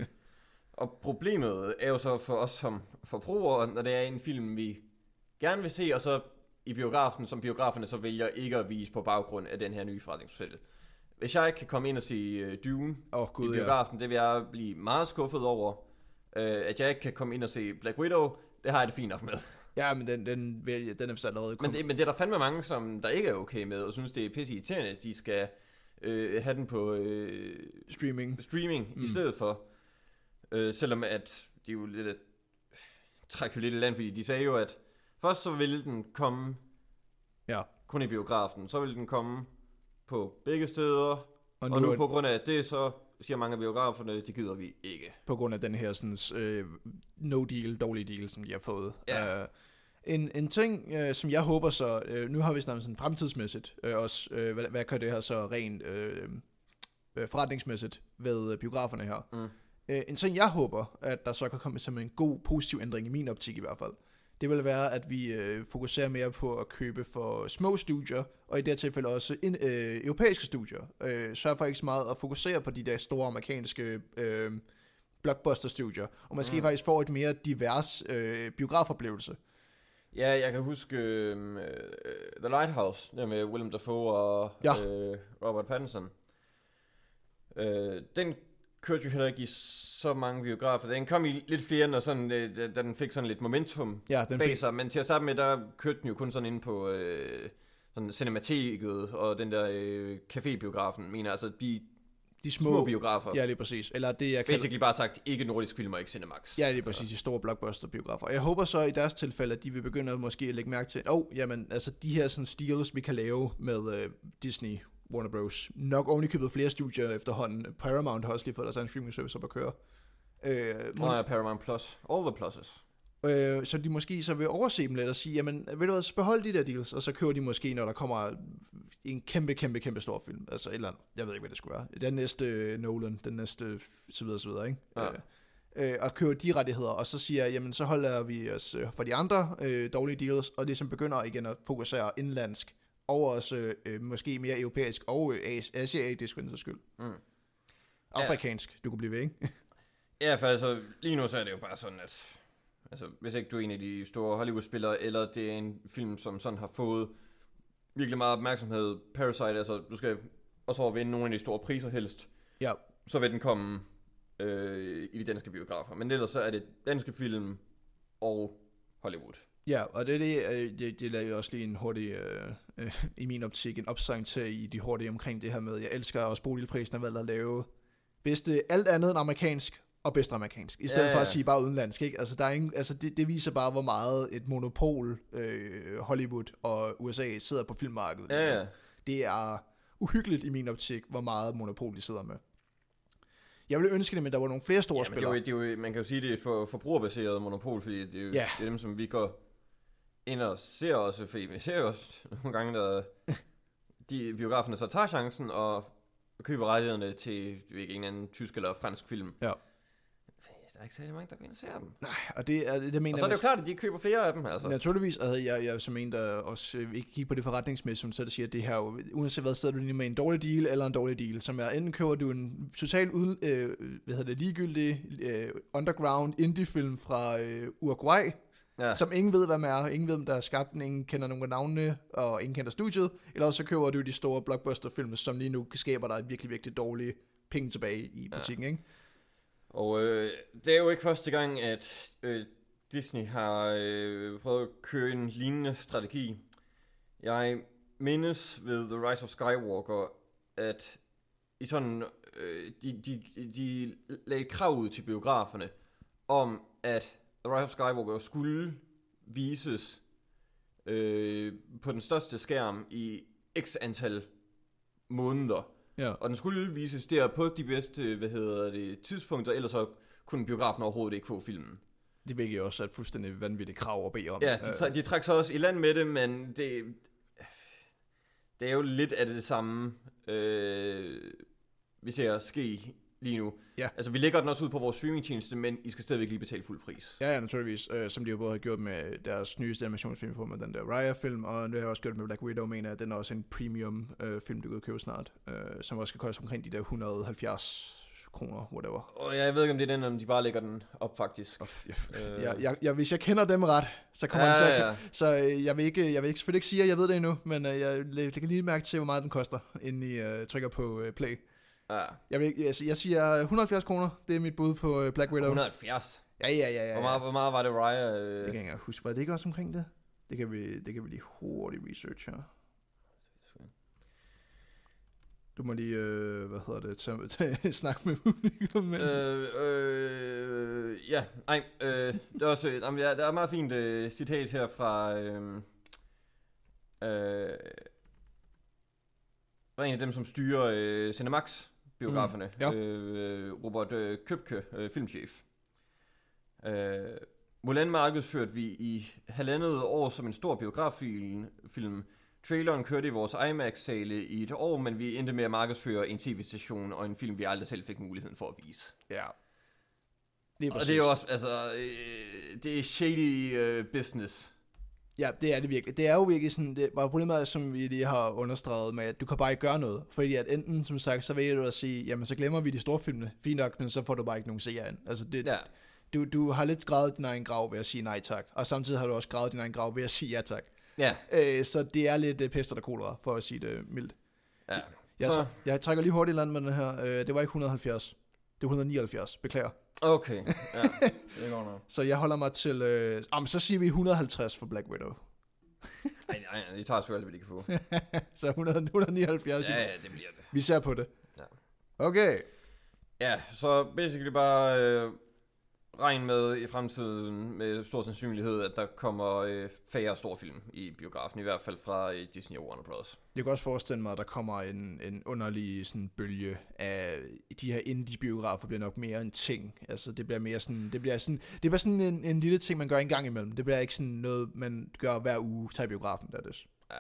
og problemet er jo så for os som forbrugere, når det er en film, vi gerne vil se, og så i biografen, som biograferne så vælger ikke at vise på baggrund af den her nye forretningsmodel. Hvis jeg ikke kan komme ind og se uh, Dune oh, God, i biografen, ja. Det vil jeg blive meget skuffet over. Uh, at jeg ikke kan komme ind og se Black Widow, det har jeg det fint nok med. Ja, men den, den, den er vist allerede kommet. Men det, men det er der fandme mange, som der ikke er okay med, og synes, det er pisse irriterende, at de skal uh, have den på uh, streaming, streaming mm. i stedet for. Uh, selvom at de jo lidt at trække lidt i land, fordi de sagde jo, at først så ville den komme ja. kun i biografen, så ville den komme på begge steder, og nu, og nu på grund af det, så siger mange af biograferne, det gider vi ikke. På grund af den her sådan, øh, no deal, dårlig deal, som de har fået. Ja. Uh, en, en ting, øh, som jeg håber så, øh, nu har vi snart sådan fremtidsmæssigt, øh, også, øh, hvad, hvad gør det her så rent øh, øh, forretningsmæssigt ved øh, biograferne her. Mm. En ting, jeg håber, at der så kan komme som en god, positiv ændring, i min optik i hvert fald, det vil være, at vi øh, fokuserer mere på at købe for små studier, og i det her tilfælde også in, øh, europæiske studier. Øh, sørg for ikke så meget at fokusere på de der store amerikanske øh, blockbuster-studier, og måske mm. faktisk få et mere divers øh, biografoplevelse. Ja, jeg kan huske uh, The Lighthouse, der med Willem Dafoe og ja. uh, Robert Pattinson. Uh, den kørte jo heller ikke i så mange biografer. Den kom i lidt flere, når sådan, uh, da den fik sådan lidt momentum ja, den bag fik... sig. Men til at starte med, der kørte den jo kun sådan inde på uh, sådan Cinemateket og den der uh, cafébiografen. Mener altså, de De små, små biografer. Ja, lige præcis. Eller det, jeg Basically kalder... bare sagt, ikke nordisk film og ikke Cinemax. Ja, lige præcis. De store blockbuster-biografer. Jeg håber så i deres tilfælde, at de vil begynde at måske lægge mærke til, åh, oh, jamen, altså de her sådan steals, vi kan lave med uh, Disney, Warner Bros. Nok ovenikøbet flere studier efterhånden. Paramount har også lige fået deres egen streaming service op at køre. Uh, Nå ja, Paramount Plus. All the pluses. Øh, så de måske så vil overse dem lidt og sige, jamen, ved du hvad, så behold de der deals, og så køber de måske, når der kommer en kæmpe, kæmpe, kæmpe stor film. Altså et eller andet, jeg ved ikke, hvad det skulle være. Den næste uh, Nolan, den næste, så videre, så videre, ikke? Ja. Øh, øh, og køber de rettigheder, og så siger jeg, jamen, så holder vi os øh, for de andre øh, dårlige deals, og det som begynder igen at fokusere indlandsk, over også øh, måske mere europæisk og øh, asiatisk, for den skyld. Mm. Afrikansk, ja. Du kunne blive ved, ikke? Ja, for altså, lige nu så er det jo bare sådan, at altså, hvis ikke du er en af de store Hollywood-spillere, eller det er en film, som sådan har fået virkelig meget opmærksomhed, Parasite, altså du skal også over vinde nogle af de store priser helst, ja. Så vil den komme øh, i de danske biografer. Men ellers så er det danske film og Hollywood. Ja, og det er det, det, det lavede også lige en hurtig, øh, øh, i min optik, en opsang til i de hurtige omkring det her med, jeg elsker også Bodilprisen, har valgt at lave bedste alt andet end amerikansk, og bedst amerikansk, i stedet ja, ja. for at sige bare udenlandsk, ikke? Altså, der er ingen, altså det, det viser bare, hvor meget et monopol øh, Hollywood og U S A sidder på filmmarkedet. Ja, ja. Det er uhyggeligt i min optik, hvor meget monopol de sidder med. Jeg ville ønske det, men der var nogle flere store ja, spillere. Det er jo, det er jo, man kan jo sige, det er for forbrugerbaseret monopol, fordi det er jo ja. det er dem, som vi går ind og ser også, fordi vi ser jo også nogle gange, der de biograferne så tager chancen og køber rettighederne til ikke, en anden tysk eller fransk film. Ja. Der er ikke særlig mange, der går ind og ser dem. Nej, og det er det mener og så er det jo klart, at de køber flere af dem. Altså. Naturligvis, altså, jeg, jeg som en, der også ikke kigger på det forretningsmæssigt, så det siger, at det her jo, uanset hvad, sidder du lige med en dårlig deal eller en dårlig deal, som er, enten køber du en totalt uden, øh, hvad hedder det, ligegyldig øh, underground indie-film fra øh, Uruguay, ja. Som ingen ved, hvad man er, ingen ved, der er skabt, ingen kender nogen af navnene, og ingen kender studiet, eller også så køber du de store blockbuster-film, som lige nu skaber dig virkelig, virkelig dårlige penge tilbage i butikken, ja. Ikke? Og øh, det er jo ikke første gang, at øh, Disney har øh, prøvet at køre en lignende strategi. Jeg mindes ved The Rise of Skywalker, at i sådan, øh, de, de, de lagde et krav ud til biograferne, om at The Rise of Skywalker skulle vises øh, på den største skærm i x antal måneder. Ja. Og den skulle vises der på de bedste, hvad hedder det, tidspunkter, ellers så kunne biografen overhovedet ikke få filmen. Det virkelig også et fuldstændig vanvittigt krav at bede om. Ja, de, træ, de trækker så også i land med det, men det, det er jo lidt af det samme, øh, vi ser ske lige nu. Ja. Altså, vi lægger den også ud på vores streamingtjeneste, men I skal stadigvæk lige betale fuld pris. Ja, ja, naturligvis. Øh, som de jo både har gjort med deres nyeste animationsfilm, på med den der Raya-film, og nu har jeg også gjort med Black Widow, mener jeg, den er også en premium-film, du kan købe snart, øh, som også skal koste omkring de der et hundrede og halvfjerds kroner, whatever. Og jeg ved ikke, om det er den, om de bare lægger den op, faktisk. Oh, ja, øh. jeg, jeg, jeg, hvis jeg kender dem ret, så kommer ja, den til at... Ja. Så jeg vil, ikke, jeg vil ikke, selvfølgelig ikke sige, at jeg ved det endnu, men jeg, jeg lægger lige mærke til, hvor meget den koster, inden I uh, trykker på uh, play. Ja. Jeg, vil, jeg, jeg siger et hundrede og halvfjerds kroner, det er mit bud på uh, Black Widow. et hundrede og halvfjerds? Ja, ja, ja. ja, ja. Hvor, meget, hvor meget var det, Raya? Øh... Det kan jeg ikke huske. Var det ikke også omkring det? Det kan vi, det kan vi lige hurtigt research her. Du må lige, øh, hvad hedder det, tage, tage snak med publikum. Øh, øh, ja, nej, øh, det er også, jamen, ja, der er et meget fint øh, citat her fra, øh, øh, en af dem, som styrer øh, Cinemax-biograferne, mm, ja. øh, Robert øh, Købke, øh, filmchef. Øh, Mulan markedsførte vi i halvandet år som en stor biograffilm, film. Traileren kørte i vores IMAX-sale i et år, men vi endte med at markedsføre en tv-station og en film, vi aldrig selv fik muligheden for at vise. Ja. Lige og det er jo også, altså, øh, det er shady øh, business. Ja, det er det virkelig. Det er jo virkelig sådan, det var problemet, som vi lige har understreget med, at du kan bare ikke gøre noget. Fordi at enten, som sagt, så vil du at sige, jamen så glemmer vi de store filmene. Fint nok, men så får du bare ikke nogen seere ind. Altså det, ja. du, du har lidt gravet din egen grav ved at sige nej tak. Og samtidig har du også gravet din egen grav ved at sige ja tak. Ja. Øh, så det er lidt uh, pest eller kolera, for at sige det mildt. Ja. Jeg, så... jeg trækker lige hurtigt i land med den her. Øh, det var ikke et hundrede og halvfjerds. Det var et hundrede og nioghalvfjerds. Beklager. Okay, ja. Det går nok. Så jeg holder mig til... Øh... Jamen, så siger vi et hundrede og halvtreds for Black Widow. Nej, nej, de tager sgu alt, hvad de kan få. Så hundrede, et hundrede og nioghalvfjerds. Ja, ja, det bliver det. Vi ser på det. Ja. Okay. Ja, så basically bare øh, regn med i fremtiden med stor sandsynlighed, at der kommer øh, færre storfilm i biografen, i hvert fald fra øh, Disney og Warner Bros. Jeg kan også forestille mig, at der kommer en, en underlig sådan, bølge af de her indie-biografer bliver nok mere en ting. Altså det bliver mere sådan, det bliver sådan, det bliver sådan en, en lille ting, man gør en gang imellem. Det bliver ikke sådan noget, man gør hver uge, tager biografen, der er det. Ja.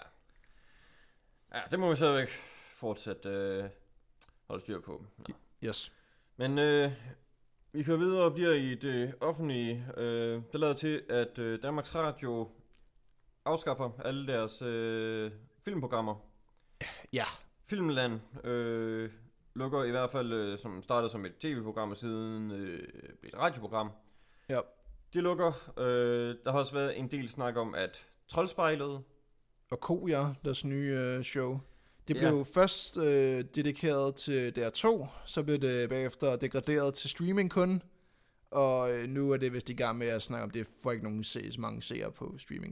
Ja, det må vi stadigvæk fortsat øh, holde styr på. Ja. Yes. Men øh, vi kører videre og bliver i det offentlige. Øh, det lader til, at øh, Danmarks Radio afskaffer alle deres øh, filmprogrammer. Ja. Filmland øh, lukker i hvert fald, øh, som startede som et tv-program og siden øh, blev et radioprogram. Ja. De lukker. Øh, der har også været en del snak om, at Troldspejlet og Ko, ja, deres nye øh, show. Det ja. blev først øh, dedikeret til D R to, så blev det bagefter degraderet til streaming kun, og øh, nu er det vist i gang med at snakke om, det får ikke nogen se, så mange seere på streaming.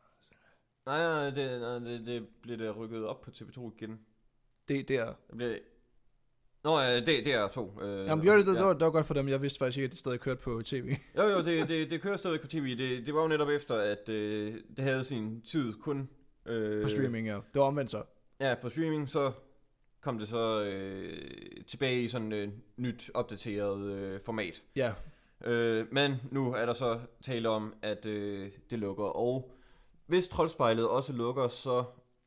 Nej, nej, det, nej det, det blev der rykket op på T V to igen. Det, det er... Det blev... Nå, ja, det, det er to. Øh, Jamen, gjorde det, det, ja. det, var, det var godt for dem. Jeg vidste faktisk ikke, at det stadig kørte på tv. jo, jo, det, det, det kører stadig på tv. Det, det var jo netop efter, at øh, det havde sin tid kun... Øh, på streaming, ja. Det var omvendt så. Ja, på streaming, så kom det så øh, tilbage i sådan et øh, nyt, opdateret øh, format. Ja. Øh, men nu er der så tale om, at øh, det lukker. Og hvis Troldspejlet også lukker, så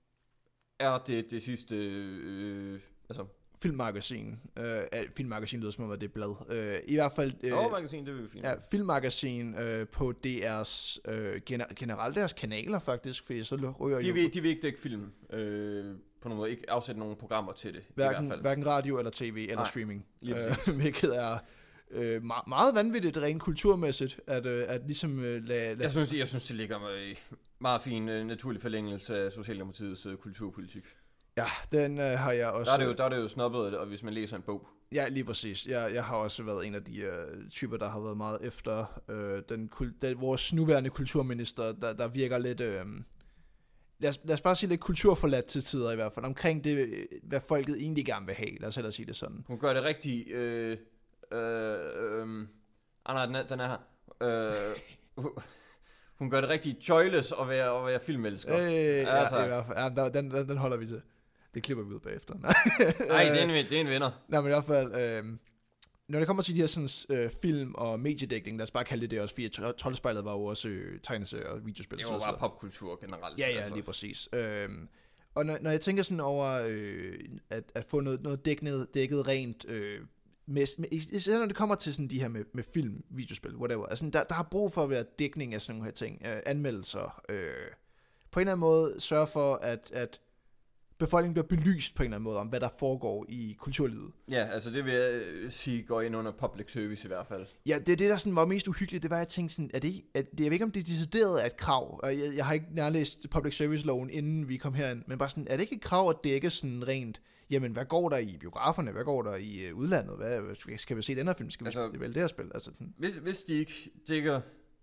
er det det sidste... Øh, altså Filmmagasin. Øh, filmmagasin lyder som om, at det er blad. Øh, I hvert fald... Øh, Nå, magasin, det vil vi fint. Ja, filmmagasin øh, på D R's... Øh, gener- generelt deres kanaler, faktisk, fordi så ryger de jo... Vil, de vil ikke dække film øh, på nogen måde. Ikke afsætte nogle programmer til det, hverken, i hvert fald. Hverken radio eller tv eller Nej, streaming. Øh, hvilket er... Øh, meget, meget vanvittigt rent kulturmæssigt, at, øh, at ligesom øh, lade... La- jeg, synes, jeg synes, det ligger i meget fin øh, naturlig forlængelse af Socialdemokratiets øh, kulturpolitik. Ja, den øh, har jeg også... Der er, det jo, der er det jo snobbet, og hvis man læser en bog. Ja, lige præcis. Jeg, jeg har også været en af de øh, typer, der har været meget efter øh, den, den, vores nuværende kulturminister, der, der virker lidt... Øh, lad, os, lad os bare sige lidt kulturforladt til tider i hvert fald, omkring det, hvad folket egentlig gerne vil have. Lad os hellere sige det sådan. Hun gør det rigtig... Øh, øh, øh, ah nej, den er, den er her. Øh, hun gør det rigtig joyless at være, at være filmelsker. Øh, ja, altså. i hvert fald. Ja, den, den, den holder vi til. Det klipper vi ud bagefter. Nej, det er en, det er en vinder. Nej, men i hvert fald, øh, når det kommer til de her sådan, øh, film- og mediedækning, lad os bare kalde det det også, fordi Troldspejlet var jo også øh, tegneserier og videospil. Det var bare popkultur generelt. Ja, ja, altså. Lige præcis. Øh, og når, når jeg tænker sådan over øh, at, at få noget, noget dæknet, dækket rent, øh, med, med, især når det kommer til sådan de her med, med film, videospil, whatever, altså der, der har brug for at være dækning af sådan nogle her ting, øh, anmeldelser, øh, på en eller anden måde sørge for, at, at befolkningen bliver belyst på en eller anden måde om, hvad der foregår i kulturlivet. Ja, altså det vil jeg sige går ind under public service i hvert fald. Ja, det er det, der sådan var mest uhyggeligt. Det var, at jeg tænkte sådan, er det, at det, jeg ved ikke, om det er decideret af et krav. Og jeg, jeg har ikke nærlæst public service-loven, inden vi kom herind. Men bare sådan, er det ikke et krav at dække sådan rent, jamen, hvad går der i biograferne? Hvad går der i uh, udlandet? Hvad, skal vi se den her film? Skal vi altså, vælge det her spil? Altså, sådan. Hvis, hvis de ikke dækker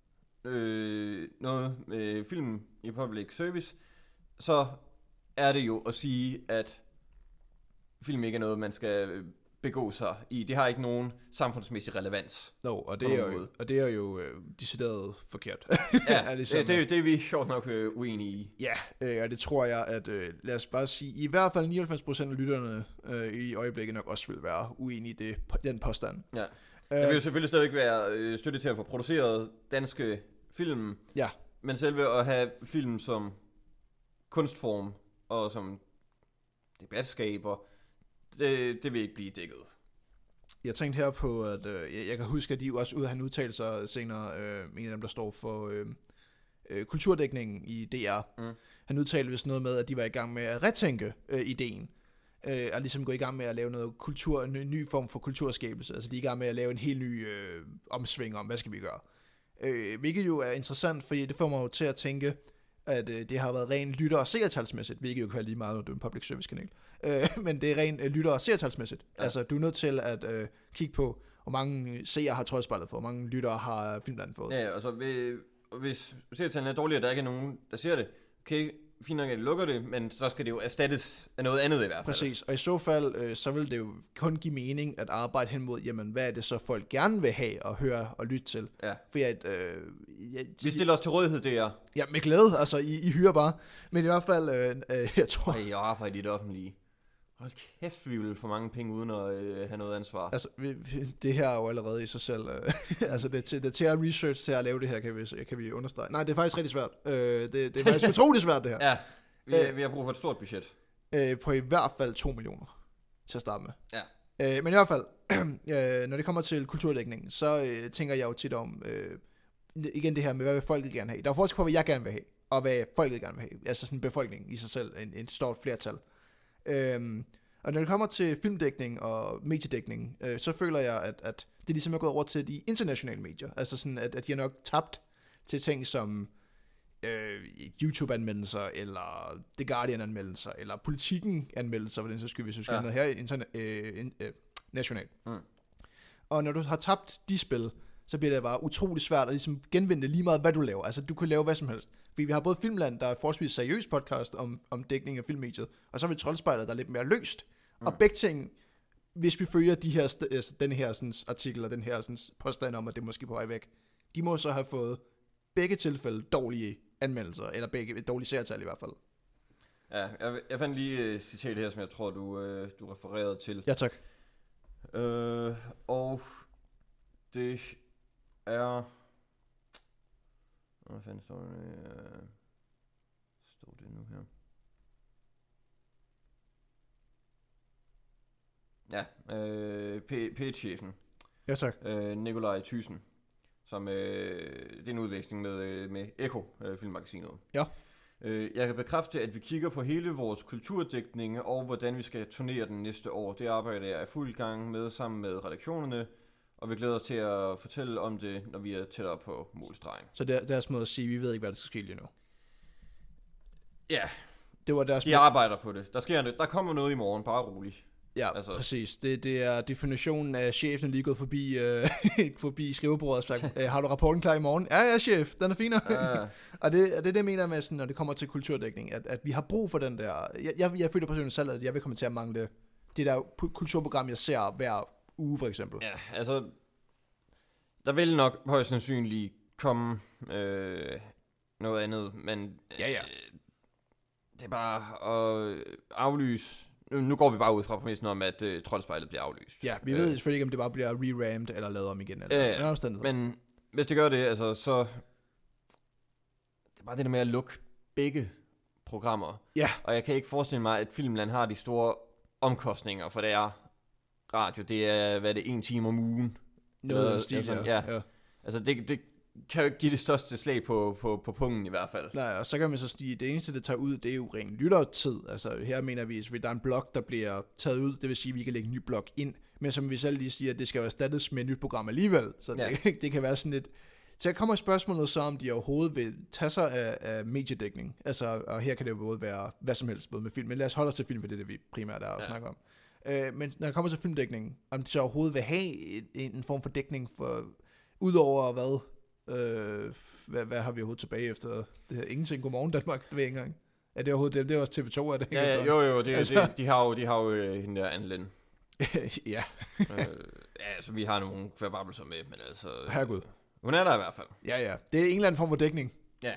øh, noget med film i public service, så er det jo at sige, at film ikke er noget, man skal begå sig i. Det har ikke nogen samfundsmæssig relevans. Nå, no, og, det er jo, og det er jo øh, decideret forkert. Ja, det, det, det er vi sjovt nok øh, uenige i. Ja, øh, og det tror jeg, at øh, lad os bare sige, i hvert fald nioghalvfems procent af lytterne øh, i øjeblikket nok også vil være uenige i det, den påstand. Ja, det vil jo selvfølgelig stadigvæk være øh, støtte til at få produceret danske film, ja. Men selve at have film som kunstform og som debatskaber, det, det vil ikke blive dækket. Jeg tænkte her på, at øh, jeg, jeg kan huske, at de også ude han udtalte sig senere, øh, en af dem, der står for øh, øh, kulturdækningen i D R. Mm. Han udtalte vist noget med, at de var i gang med at retænke øh, ideen, øh, og ligesom gå i gang med at lave noget kultur, en ny, ny form for kulturskabelse. Altså de er i gang med at lave en helt ny øh, omsving om, hvad skal vi gøre. Øh, hvilket jo er interessant, fordi det får mig jo til at tænke, at øh, det har været ren lytter- og seertalsmæssigt, hvilket jo kan være lige meget, når du er en public service kanal. Øh, men det er ren øh, lytter- og seertalsmæssigt. Ja. Altså, du er nødt til at øh, kigge på, hvor mange seere har Troldspejlet fået, hvor mange lyttere har Filmland fået. Ja, altså, hvis seertallene er dårlige, og der ikke er nogen, der ser det, okay, fint nok, at de lukker det, men så skal det jo erstattes af noget andet i hvert fald. Præcis, og i så fald, øh, så vil det jo kun give mening at arbejde hen mod, jamen, hvad er det så folk gerne vil have og høre og lytte til? Ja. For at, øh, jeg, vi stiller os til rådighed, det er. Ja, med glæde, altså, I, I hyrer bare. Men i hvert fald, øh, øh, jeg tror... Hey, jeg arbejder i det offentlige. Hold kæft, vi vil få mange penge uden at øh, have noget ansvar. Altså, vi, vi, det her er jo allerede i sig selv. Øh, altså, det, det er til at research til at lave det her, kan vi, kan vi understrege. Nej, det er faktisk rigtig svært. Øh, det, det er faktisk utroligt svært, det her. Ja, vi, øh, vi har brug for et stort budget. Øh, på i hvert fald to millioner til at starte med. Ja. Øh, men i hvert fald, øh, når det kommer til kulturdækningen, så øh, tænker jeg jo tit om, øh, igen det her med, hvad vil folket gerne have. Der er forskel på, hvad jeg gerne vil have, og hvad folket gerne vil have. Altså sådan befolkningen i sig selv, en, en stort flertal. Øh, Og når det kommer til filmdækning og mediedækning, øh, så føler jeg, at, at det ligesom er gået over til de internationale medier. Altså sådan, at, at de har nok tabt til ting som øh, YouTube-anmeldelser, eller The Guardian-anmeldelser, eller Politiken-anmeldelser, for den så skyld, hvis du skal ja. noget her interna- øh, in, øh, nationalt. Mm. Og når du har tabt de spil, så bliver det bare utrolig svært at ligesom genvinde det lige meget, hvad du laver. Altså, du kan lave hvad som helst. Fordi vi har både Filmland, der er forholdsvis seriøs podcast om, om dækning af filmmediet, og så har vi Troldspejlet, der er lidt mere løst. Mm. Og begge ting, hvis vi følger de her, altså, den her sådan, artikel, og den her sådan, påstand om, at det er måske på vej væk, de må så have fået begge tilfælde dårlige anmeldelser, eller begge dårlige seertal i hvert fald. Ja, jeg, jeg fandt lige et citat her, som jeg tror, du, øh, du refererede til. Ja, tak. Øh, og det er... Hvad fanden står det? Øh, står det nu her? Ja, øh, P et-chefen. Ja, tak. Øh, Nikolaj Thyssen, som øh, det er en udveksling med, øh, med Echo, øh, filmmagasinet. Ja. Øh, jeg kan bekræfte, at vi kigger på hele vores kulturdækning og hvordan vi skal turnere den næste år. Det arbejde er i fuld gang med sammen med redaktionerne, og vi glæder os til at fortælle om det, når vi er tættere på målstregen. Så det er deres måde at sige, vi ved ikke, hvad der skal ske lige nu. Ja, det var deres de måde. arbejder på det. Der sker noget. Der kommer noget i morgen, bare roligt. Ja, altså. Præcis. Det, det er definitionen af chefen lige gået forbi, øh, forbi skrivebordet og sagt, har du rapporten klar i morgen? Ja, ja, chef, den er finere. Ja. Og det, det er det, jeg mener med, sådan, når det kommer til kulturdækning, at, at vi har brug for den der... Jeg, jeg, jeg føler personligt selv, at jeg vil komme til at mangle det der kulturprogram, jeg ser hver uge, for eksempel. Ja, altså... Der vil nok højst sandsynligt komme øh, noget andet, men... Ja, ja. Øh, det er bare at aflyse... Nu, nu går vi bare ud fra præmissen om, at øh, Troldspejlet bliver aflyst. Ja, vi ved øh, selvfølgelig ikke, om det bare bliver re-rammed eller lavet om igen. Eller øh, men hvis det gør det, altså så... Det er bare det der med at lukke begge programmer. Ja. Og jeg kan ikke forestille mig, at Filmland har de store omkostninger, for det er radio. Det er, hvad er det, en time om ugen. Noget af stil, altså, ja. ja. ja. Altså det... det kan jo ikke give det største slag på, på, på pungen i hvert fald. Nej, og så kan man så sige, at det eneste, det tager ud, det er jo ren lyttertid. Altså her mener vi, at der er en blog, der bliver taget ud, det vil sige, at vi kan lægge en ny blog ind, men som vi selv lige siger, at det skal jo erstattes med et nyt program alligevel. Så ja. det, det kan være sådan lidt... Så kommer spørgsmålet så, om de overhovedet vil tage sig af, af mediedækning. Altså, og her kan det jo både være hvad som helst, både med film, men lad os holde os til film, for det er det, vi primært er at ja. snakke om. Øh, men når det kommer til filmdækning, om de så overhovedet vil have en, en form for dækning for, udover hvad... Øh, hvad, hvad har vi overhovedet tilbage efter det her? Ingenting. Godmorgen Danmark, det ved jeg ikke engang. Er det overhovedet det? Det er også T V to, er det? Ja, ja, jo, jo, det, altså. det, de har jo, de har jo øh, hende der Anne Lind. ja. øh, ja, så vi har nogle kværbabelser med, men altså... Øh, Herregud. Hun er der i hvert fald. Ja, ja. Det er en eller anden form for dækning. Ja.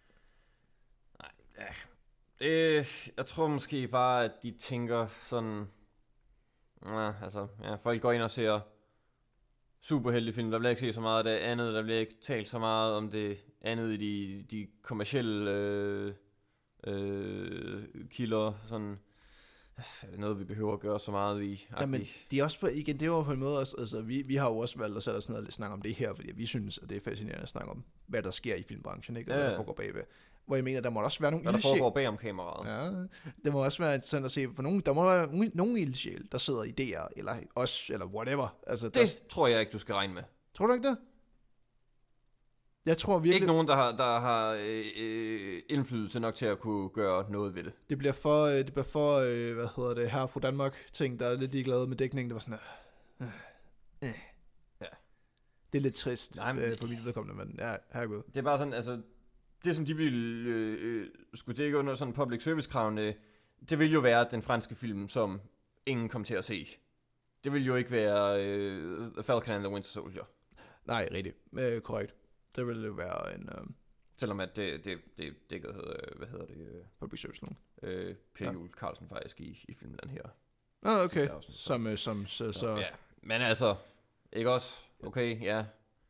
Nej, ja. Det, jeg tror måske bare, at de tænker sådan... Ja, altså, ja, folk går ind og ser... superheltefilm, der bliver ikke set så meget af det andet, der bliver ikke talt så meget om det andet i de, de kommercielle øh, øh, kilder, sådan Er det noget, vi behøver at gøre så meget i? Jamen, de er også på, igen, det er jo på en måde også, altså, vi, vi har jo også valgt at sætte os ned og snakke om det her, fordi vi synes, at det er fascinerende at snakke om, hvad der sker i filmbranchen, ikke? Og ja. Hvad der foregår bagved. Hvor jeg mener, der må også være nogle ildsjæl. Hvad der foregår bag om kameraet. Ja, det må også være interessant at se, for nogen, der må være nogle ildsjæl, der sidder i D R, eller os, eller whatever. Altså, det der... tror jeg ikke, du skal regne med. Tror du ikke det? Jeg tror virkelig... Ikke nogen, der har, der har øh, indflydelse nok til at kunne gøre noget ved det. Det bliver for, det bliver for øh, hvad hedder det, her fra Danmark ting, der er lidt ligeglade med dækningen. Det var sådan her... Øh, øh. Ja. Det er lidt trist. Nej, men... øh, for mit vedkommende, men ja, herregud. Det er bare sådan, altså... Det, som de ville øh, øh, skulle dække under sådan public service-kravene, det vil jo være den franske film, som ingen kom til at se. Det vil jo ikke være øh, The Falcon and the Winter Soldier. Nej, rigtigt. Øh, korrekt. Det ville jo være en... Øh... Selvom at det, det, det dækkede, øh, hvad hedder det? Øh, public service nu. Øh, Per ja. Juhl Carlsen faktisk i, i filmen den her. Ah, okay. Afsnit, så. Som, øh, som så... så... Ja, men altså, ikke også? Okay, ja.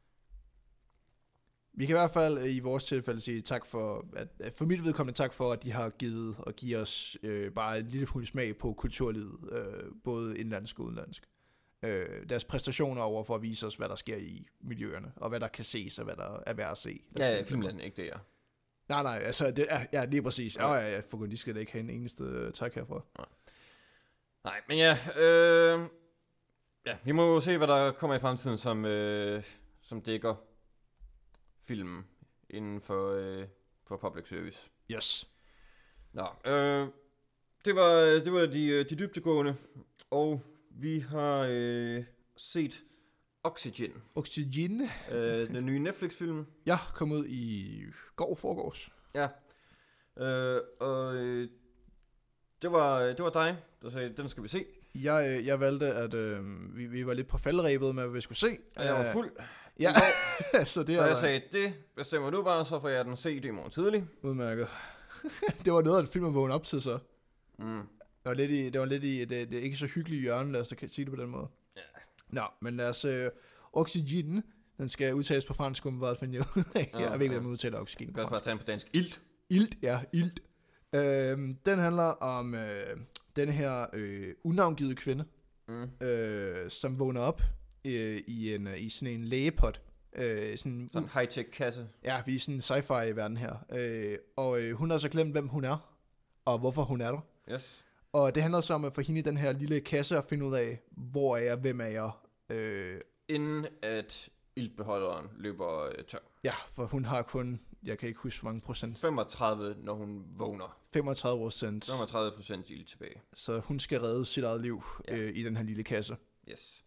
Vi kan i hvert fald i vores tilfælde sige tak for, at for mit vedkommende tak for, at de har givet og giver os øh, bare en lille smule smag på kulturlivet, øh, både indlandsk og udenlandsk. Øh, deres præstationer over for at vise os, hvad der sker i miljøerne, og hvad der kan ses, og hvad der er værd at se. Ja, ja filmland, ikke det, ja. Nej, nej, altså, det er, ja, lige præcis. Ja, ja, ja, for de skal da ikke have en eneste uh, tak herfra. Nej, nej men ja, øh, ja, vi må jo se, hvad der kommer i fremtiden, som, øh, som dækker filmen inden for, øh, for public service. Yes. Nå, øh, det var, det var de, de dybdegående, og vi har øh, set Oxygen. Oxygen. øh, den nye Netflix-film. Ja, kom ud i går forgårs. Ja, øh, og øh, det, var, det var dig, der sagde, den skal vi se. Jeg, jeg valgte, at øh, vi, vi var lidt på faldrebet med, hvad vi skulle se. Og jeg var fuld. Ja, så det så jeg sagde, det bestemmer du bare, så får jeg den set i morgen tidlig. Udmærket. Det var noget af det film, at vågne op til så. Mm. Det var lidt i, det var lidt i det, det ikke så hyggelige hjørne, lad os da sige det på den måde. Ja. Nå, men lad os, øh, Oxygen, den skal udtales på fransk, om hvad finde jeg ud af. Jeg ved ikke, om man udtaler oxygen på fransk. Godt bare tage den på dansk. Ilt. Ilt, ja, ilt. Øhm, den handler om øh, den her øh, unavngivede kvinde, mm. øh, som vågner op øh, i, en, i sådan en lægepot. Øh, sådan sådan en high-tech kasse. Ja, vi er sådan en sci-fi verden her. Øh, og øh, hun har så glemt, hvem hun er, og hvorfor hun er der. Yes. Og det handler så om at få hende i den her lille kasse og finde ud af, hvor er jeg, hvem er jeg. Øh, Inden at iltbeholderen løber øh, tør. Ja, for hun har kun, jeg kan ikke huske hvor mange procent. femogtredive, når hun vågner. femogtredive procent. femogtredive procent ilt tilbage. Så hun skal redde sit eget liv ja. øh, i den her lille kasse. Yes.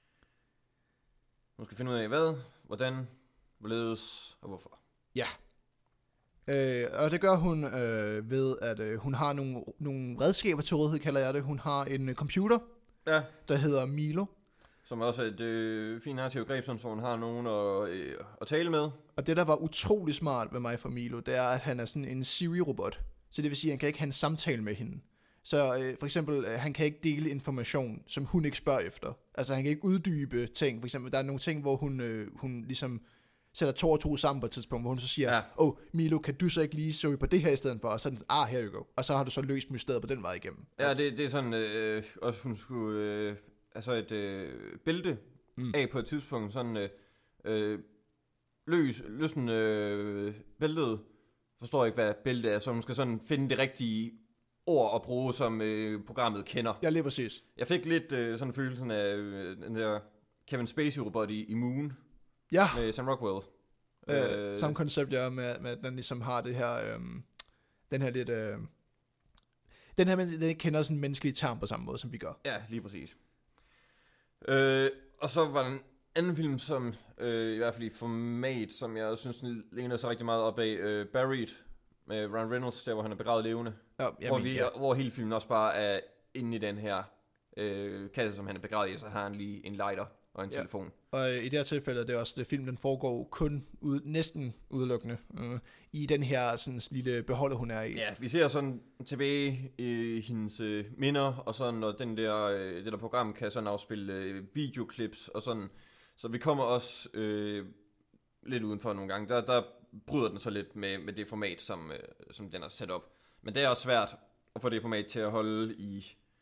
Hun skal finde ud af hvad, hvordan, hvorledes og hvorfor. Ja. Øh, og det gør hun øh, ved, at øh, hun har nogle, nogle redskaber til rådighed, kalder jeg det. Hun har en øh, computer, ja. der hedder Milo. Som også er et øh, fint narrativt greb, som så hun har nogen at, øh, at tale med. Og det, der var utrolig smart ved mig for Milo, det er, at han er sådan en Siri-robot. Så det vil sige, at han kan ikke have en samtale med hende. Så øh, for eksempel, øh, han kan ikke dele information, som hun ikke spørger efter. Altså, han kan ikke uddybe ting. For eksempel, der er nogle ting, hvor hun, øh, hun ligesom sætter to og to sammen på et tidspunkt, hvor hun så siger, åh, ja. oh, Milo, kan du så ikke lige søge på det her i stedet for? Og så ah, her you go. Og så har du så løst mysteriet på den vej igennem. Ja, det, det er sådan, øh, også hun skulle, øh, altså et øh, bælte mm. af på et tidspunkt, sådan, øh, øh, løs, løsne øh, bæltet, forstår ikke, hvad bælte er, så hun skal sådan finde det rigtige ord at bruge, som øh, programmet kender. Ja, lige præcis. Jeg fik lidt øh, sådan følelsen af øh, den der Kevin Spacey-robot i, i Moon. Ja. Med Sam Rockwell. Øh, øh, samme koncept, ja, med, med at den ligesom har det her, øh, den her lidt, øh, den her, den kender sådan en menneskelig term på samme måde, som vi gør. Ja, lige præcis. Øh, og så var der en anden film, som øh, i hvert fald i format, som jeg synes, den ligner sig rigtig meget op af, øh, Buried, med Ryan Reynolds, der hvor han er begravet levende. Ja, hvor, vi, ja. hvor hele filmen også bare er inde i den her øh, kasse, som han er begravet i, så har han lige en lighter og en ja. telefon. Og i det her tilfælde, det er også det film, den foregår kun ud, næsten udelukkende øh, i den her sådan lille beholder, hun er i. Ja, vi ser sådan tilbage i hendes øh, minder, og sådan, og den der, øh, det der program kan sådan afspille øh, videoklips og sådan. Så vi kommer også øh, lidt udenfor nogle gange. Der, der bryder den så lidt med, med det format, som, øh, som den er sat op. Men det er også svært at få det format til at holde i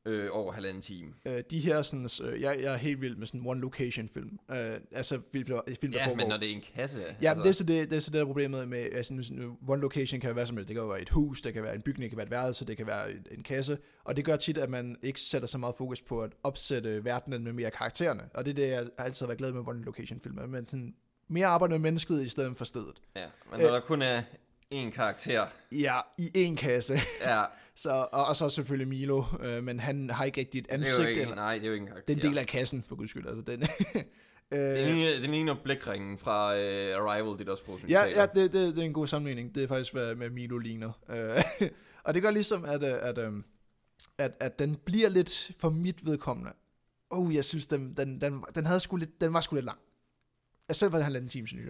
øh, over halvanden time. Øh, de her sådan, øh, jeg, jeg er helt vild med sådan one location film. Øh, altså film, film der ja, foregår. men når det er en kasse. Ja, altså. det er så det, det er så det der problemet med, altså one location kan være hvad som helst. Det kan jo være et hus, det kan være en bygning, det kan være et værelse, det kan være en, en kasse. Og det gør tit, at man ikke sætter så meget fokus på at opsætte verdenen med mere karaktererne. Og det er det, jeg altid har været glad med one location film. Men sådan mere arbejde med mennesket i stedet for stedet. Ja, men når øh, der kun er én karakter. Ja, i én kasse. Ja. Så, og, og så selvfølgelig Milo, øh, men han har ikke rigtig et ansigt. Det er jo ikke, eller, nej, det er jo ikke en karakter. Den del af kassen, for guds skyld. Altså, den, øh, den ligner blækringen fra uh, Arrival, det der sprog, som ja, ja, det, det, det er en god sammenligning. Det er faktisk, hvad med Milo ligner. Øh, og det gør ligesom, at, at, at, at, at den bliver lidt for mit vedkommende. Oh, jeg synes, den, den, den, den, havde sgu lidt, den var sgu lidt lang. Altså, selv var det halvanden time, synes jeg.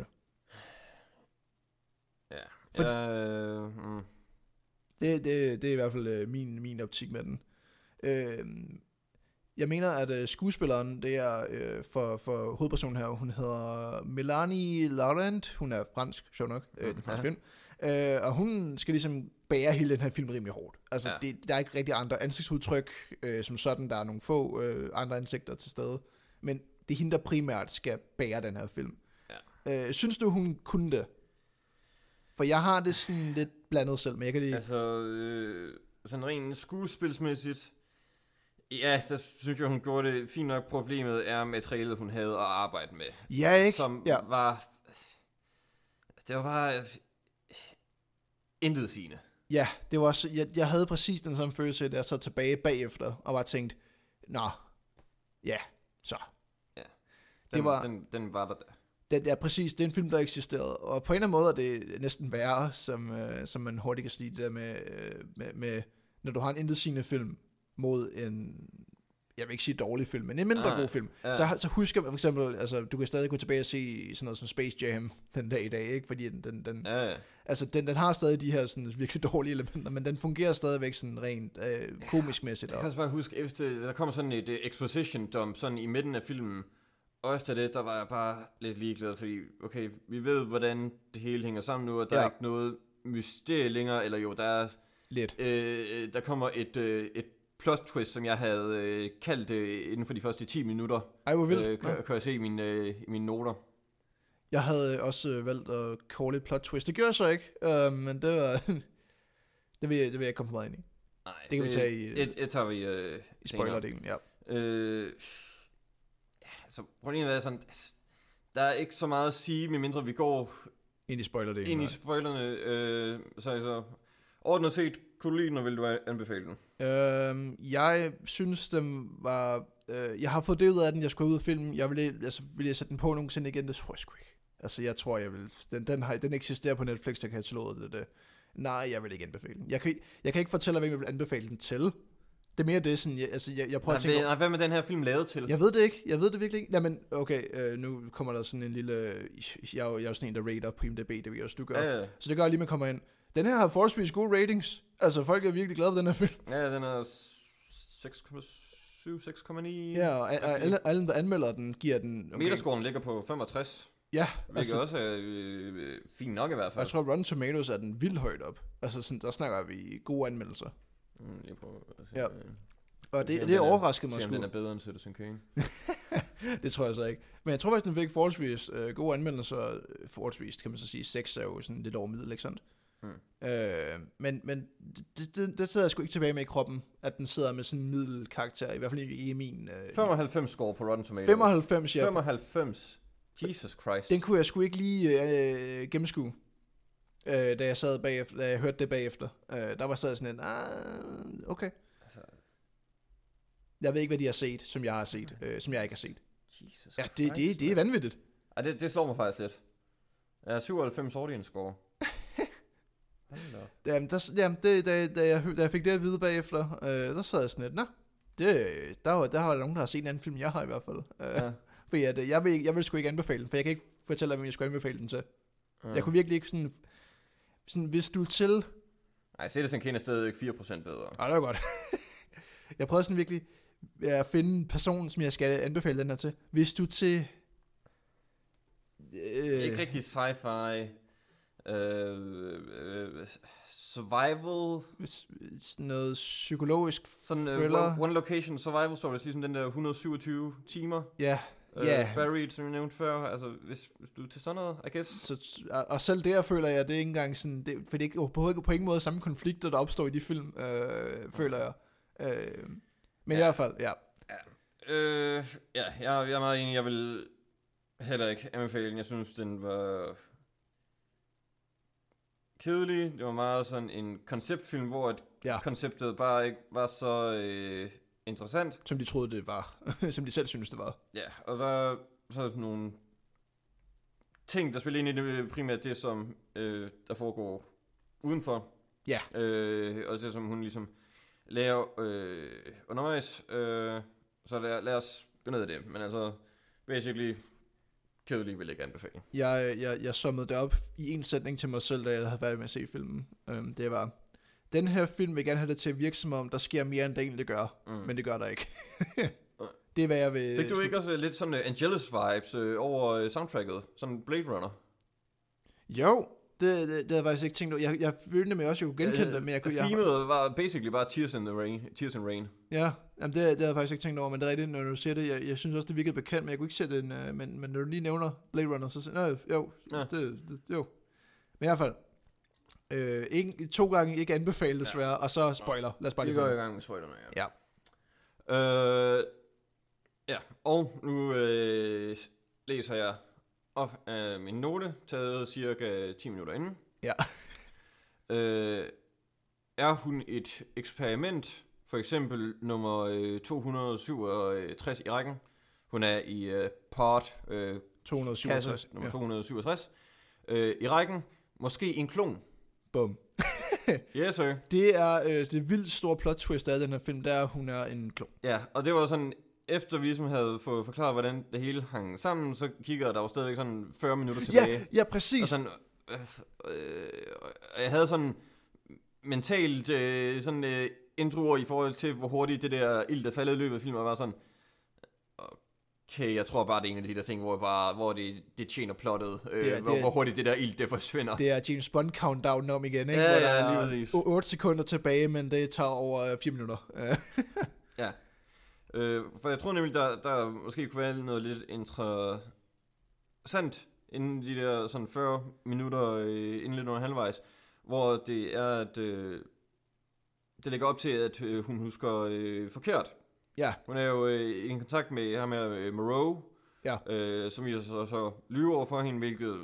Ja. For, uh, mm. det, det, det er i hvert fald uh, min, min optik med den. Øh, jeg mener, at uh, skuespilleren, det er uh, for, for hovedpersonen her, hun hedder Melanie Laurent, hun er fransk, sjov nok, øh, den fransk film, uh, og hun skal ligesom bære hele den her film rimelig hårdt. Altså, ja. det, der er ikke rigtig andre ansigtsudtryk, uh, som sådan, der er nogle få uh, andre ansigter til stede, men det er hende, der primært skal bære den her film. Ja. Uh, synes du, hun kunne det? For jeg har det sådan lidt blandet selv, men jeg kan lige... Altså, øh, sådan rent skuespilsmæssigt, ja, der synes jeg, hun gjorde det fint nok. Problemet er materialet, hun havde at arbejde med. Ja, ikke? Som ja. var... Det var bare... intet sigende. Ja, det var også... Jeg, jeg havde præcis den samme følelse, da jeg så tilbage bagefter, og bare tænkt, nå, ja, så. Ja, den, det var, den, den var der da. Det, ja, præcis. Det er en film, der eksisterede. Og på en eller anden måde er det næsten værre, som, øh, som man hurtigt kan sige, det der med, øh, med, med, når du har en intetsigende film mod en, jeg vil ikke sige dårlig film, men en mindre ah, god film. Ja. Så, så husker man for eksempel, altså du kan stadig gå tilbage og se sådan noget som Space Jam den dag i dag, ikke? Fordi den, den, den, ja, ja. Altså, den, den har stadig de her sådan, virkelig dårlige elementer, men den fungerer stadigvæk sådan rent øh, komisk-mæssigt. Jeg kan også bare huske, efter der kommer sådan et uh, exposition dump sådan i midten af filmen, og efter det, der var jeg bare lidt ligeglad, fordi, okay, vi ved, hvordan det hele hænger sammen nu, og der ja. er ikke noget mysterie længere, eller jo, der er... Lidt. Øh, der kommer et, øh, et plot twist, som jeg havde øh, kaldt øh, inden for de første ti minutter. Ej, hvor vildt. Øh, kan, kan jeg se i mine, øh, mine noter. Jeg havde også øh, valgt at call et plot twist. Det gjorde jeg så ikke, øh, men det var... det, vil jeg, det vil jeg ikke komme for meget ind i. Nej, det kan det, vi tage i... Det, det tager vi øh, i spoilerdelen, ja. Øh... Altså, problemet er sådan, altså, der er ikke så meget at sige, medmindre vi går ind i spoilerdelen. Ind i spoilerne, øh, så altså, ordentligt set, kunne du lide den, og vil du anbefale den? Øh, jeg synes, den var... Øh, jeg har fået det ud af den, jeg skulle ud af filmen. Jeg ville, altså, ville jeg sætte den på nogensinde igen? Det tror jeg sgu ikke. Altså, jeg tror, jeg vil... Den, den, har, den eksisterer på Netflix, der kan slå det, det. Nej, jeg vil ikke anbefale den. Jeg kan, jeg kan ikke fortælle, hvem jeg vil anbefale den til. Det er mere det, sådan, jeg, altså, jeg, jeg prøver nej, at tænke... Nej, hvad med den her film lavet til? Jeg ved det ikke, jeg ved det virkelig ikke. Nej, men okay, øh, nu kommer der sådan en lille... Jeg er jo, jeg er jo sådan en, der rater på I M D B, det vil jeg også, du gør. Ja, ja. Så det gør lige, man kommer ind. Den her har forholdsvis gode ratings. Altså, folk er virkelig glade for den her film. Ja, den er seks komma syv, seks komma ni. Ja, og alle, alle, der anmelder den, giver den... Okay. Meterscoren ligger på femogtres. Ja. Hvilket altså, også er øh, fint nok i hvert fald. Jeg tror, Rotten Tomatoes er den vildt højt op. Altså, sådan, der snakker vi gode anmeldelser. Mm, lige på, altså, ja. Øh, og det, det, det overraskede mig sgu. sgu. Den er bedre end Citizen Kane. Det tror jeg så ikke. Men jeg tror faktisk, den fik forholdsvis øh, gode anmeldelser. Forholdsvis, kan man så sige. seks er jo sådan lidt over middel, ikke sandt? Mm. Øh, men men det, det, det sidder jeg sgu ikke tilbage med i kroppen, at den sidder med sådan en middelkarakter, i hvert fald i, i min... Øh, femoghalvfems score på Rotten Tomatoes. femoghalvfems, ja. femoghalvfems. Jesus Christ. Den kunne jeg sgu ikke lige øh, gennemskue, øh, da jeg sad bagefter, da jeg hørte det bagefter. Øh, der var stadig sådan en, ah, okay. Altså, jeg ved ikke, hvad de har set, som jeg har set, øh, som jeg ikke har set. Jesus ja, det, Christ, det, det er vanvittigt. Ja, det, det slår mig faktisk lidt. Jeg har syvoghalvfems audience score. Jamen, der, jamen det, da, da, jeg, da jeg fik det at vide bagefter, øh, der sad jeg sådan lidt, nå, det, der, var, der var der nogen, der har set en anden film, jeg har i hvert fald. Øh, ja. Fordi at, jeg, vil, jeg vil sgu ikke anbefale den, for jeg kan ikke fortælle dig, hvem jeg skulle anbefale den til. Ja. Jeg kunne virkelig ikke sådan, sådan hvis du til... Nej, Citizen Kane er stadig fire procent bedre. Nej, det var godt. Jeg prøvede sådan virkelig at finde en person, som jeg skal anbefale den her til. Hvis du til... Øh, ikke rigtig sci-fi... øh, øh, survival... Sådan noget psykologisk sådan, uh, thriller. One, one Location Survival Stories, ligesom den der et hundrede og syvogtyve timer. Ja, Uh, ja. Buried, som jeg nævnte før. Altså, hvis, hvis du er til sådan noget, I guess. Så, og selv der føler jeg, at det er ikke engang sådan... Det, for det er ikke, overhovedet på ingen måde samme konflikter, der opstår i de film, øh, føler jeg. Øh, men ja. I hvert fald, ja. Ja, øh, ja jeg, jeg er meget enig. Jeg vil heller ikke anbefale den. Jeg synes, den var kedelig. Det var meget sådan en konceptfilm, hvor et ja. konceptet bare ikke var så øh, interessant. Som de troede, det var. Som de selv synes, det var. Ja, og der er så nogle ting, der spiller ind i det, primært det, som øh, der foregår udenfor. Ja. Øh, og det, som hun ligesom laver øh, undervejs. Øh, så lad, lad os gå ned i det. Men altså, basically, kedelig vil jeg ikke anbefale. Jeg, jeg, jeg summede det op i en sætning til mig selv, da jeg havde været med at se filmen. Um, det var, den her film vil gerne have det til at virke som om, der sker mere, end det egentlig gør. Mm. Men det gør der ikke. Det er, hvad jeg vil... Fik du ikke også lidt sådan uh, Angelus-vibes uh, over uh, soundtracket? Sådan Blade Runner? Jo, det, det, det havde jeg faktisk ikke tænkt over. Jeg, jeg følte mig også, jeg kunne genkende uh, det, men jeg kunne... Themet var basically bare Tears in the Rain. Tears in Rain. Ja, jamen det, det havde jeg faktisk ikke tænkt over, men det er rigtigt, når du siger det. Jeg, jeg synes også, det virkede bekendt, men jeg kunne ikke sætte en... Uh, men, men når du lige nævner Blade Runner, så siger jeg, jo, ja. det, det, jo. Men i hvert fald, øh, ikke, to gange ikke anbefalet desværre, ja. Og så spoiler. Lad os bare lige gå i gang med spoilerne, ja. Ja. Øh, ja, og nu øh, læser jeg op af min note, taget cirka ti minutter inden. Ja. øh, er hun et eksperiment, for eksempel nummer øh, to hundrede syvogtres i rækken? Hun er i øh, part øh, to hundrede syvogtres, kasse, nummer ja. to hundrede syvogtres øh, i rækken. Måske en klon. Bum. Yes, sir. Det er øh, det vildt store plot twist af den her film, der er, hun er en klon. Ja, og det var sådan, efter vi ligesom havde fået forklaret, hvordan det hele hang sammen, så kigger der jo stadigvæk sådan fyrre minutter tilbage. Ja, ja, præcis. Og sådan, øh, øh, jeg havde sådan mentalt øh, sådan øh, introer i forhold til, hvor hurtigt det der ild, der faldet i løbet af filmen, var sådan, okay, jeg tror bare, det er en af de der ting, hvor, bare, hvor det, det tjener plottet, øh, det er, hvor, det er, hvor hurtigt det der ild, det forsvinder. Det er James Bond countdown om igen, ikke? Ja, hvor der ja, er otte sekunder tilbage, men det tager over fire minutter. Ja, øh, for jeg tror nemlig, der, der måske kunne være noget lidt interessant, inden de der sådan fyrre minutter, øh, inden lidt under halvvejs, hvor det er, at øh, det lægger op til, at øh, hun husker øh, forkert. Ja. Hun er jo øh, i kontakt med ham her, øh, Moreau, ja. øh, som viser sig så lyve over for hende, hvilket,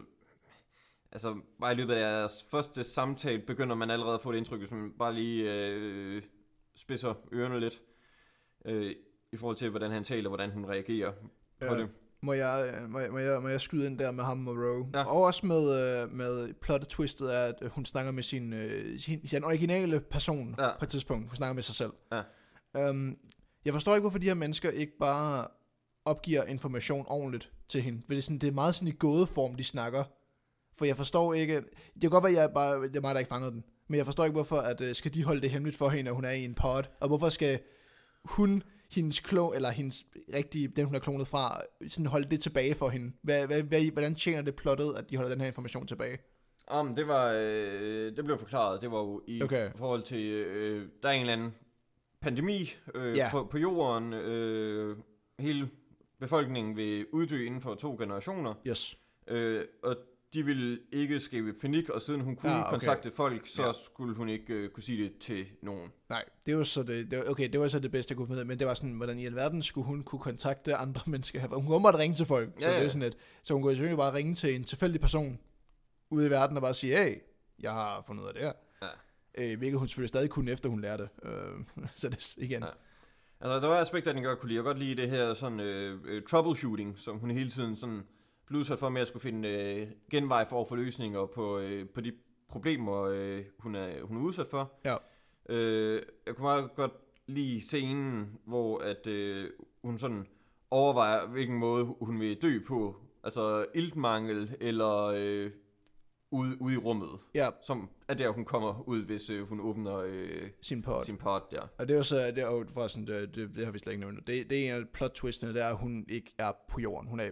altså bare i løbet af deres første samtale, begynder man allerede at få det indtryk, som bare lige øh, spidser ørerne lidt, øh, i forhold til, hvordan han taler, hvordan hun reagerer på ja. det. Må jeg, må, jeg, må, jeg, må jeg skyde ind der med ham, Moreau? Ja. Og også med, med plottet twistet er, at hun snakker med sin, sin, sin originale person ja. På et tidspunkt. Hun snakker med sig selv. Ja. Um, Jeg forstår ikke, hvorfor de her mennesker ikke bare opgiver information ordentligt til hende. For det er, sådan, det er meget sådan i gådeform, de snakker. For jeg forstår ikke... Det kan godt være, at jeg bare, det er mig, der ikke fangede den. Men jeg forstår ikke, hvorfor at, uh, skal de holde det hemmeligt for hende, at hun er i en pod. Og hvorfor skal hun, hendes klon, eller hendes rigtige, den hun er klonet fra, sådan holde det tilbage for hende. Hvad, hvad, hvad, hvordan tjener det plottet, at de holder den her information tilbage? Um, det var... Øh, det blev forklaret. Det var jo i okay. forhold til... Øh, der er en eller anden pandemi øh, yeah. på, på jorden. Øh, hele befolkningen vil uddø inden for to generationer. Yes. Øh, og de ville ikke skabe panik, og siden hun kunne ja, okay. kontakte folk, så ja. skulle hun ikke øh, kunne sige det til nogen. Nej, det var så det, det okay, det var så det bedste, jeg kunne finde ud af, men det var sådan, hvordan i alverden skulle hun kunne kontakte andre mennesker? Hun kunne bare ringe til folk, ja, så det er sådan et, så hun kunne selvfølgelig bare ringe til en tilfældig person ude i verden og bare sige, hey, jeg har fundet ud af det her. Ja. Øh, hvilket hun selvfølgelig stadig kunne, efter hun lærte. Øh, så det igen. Ja. Altså, der var aspekter, den godt kunne lide. Jeg godt lide det her sådan øh, øh, troubleshooting, som hun hele tiden sådan blev udsat for med at skulle finde øh, genvej for at få løsninger på, øh, på de problemer, øh, hun, er, hun er udsat for. Ja. Øh, jeg kunne meget godt lide scenen, hvor at, øh, hun sådan overvejer, hvilken måde hun vil dø på. Altså iltmangel eller øh, ude, ude i rummet. Ja. Som er der, hun kommer ud, hvis øh, hun åbner øh, sin pod. Sin pod ja. Og det er jo så, det er jo forresten, det, det, det har vi slet ikke nævnt. Det, det er en af plot twistene, det er, at hun ikke er på jorden, hun er i udrum.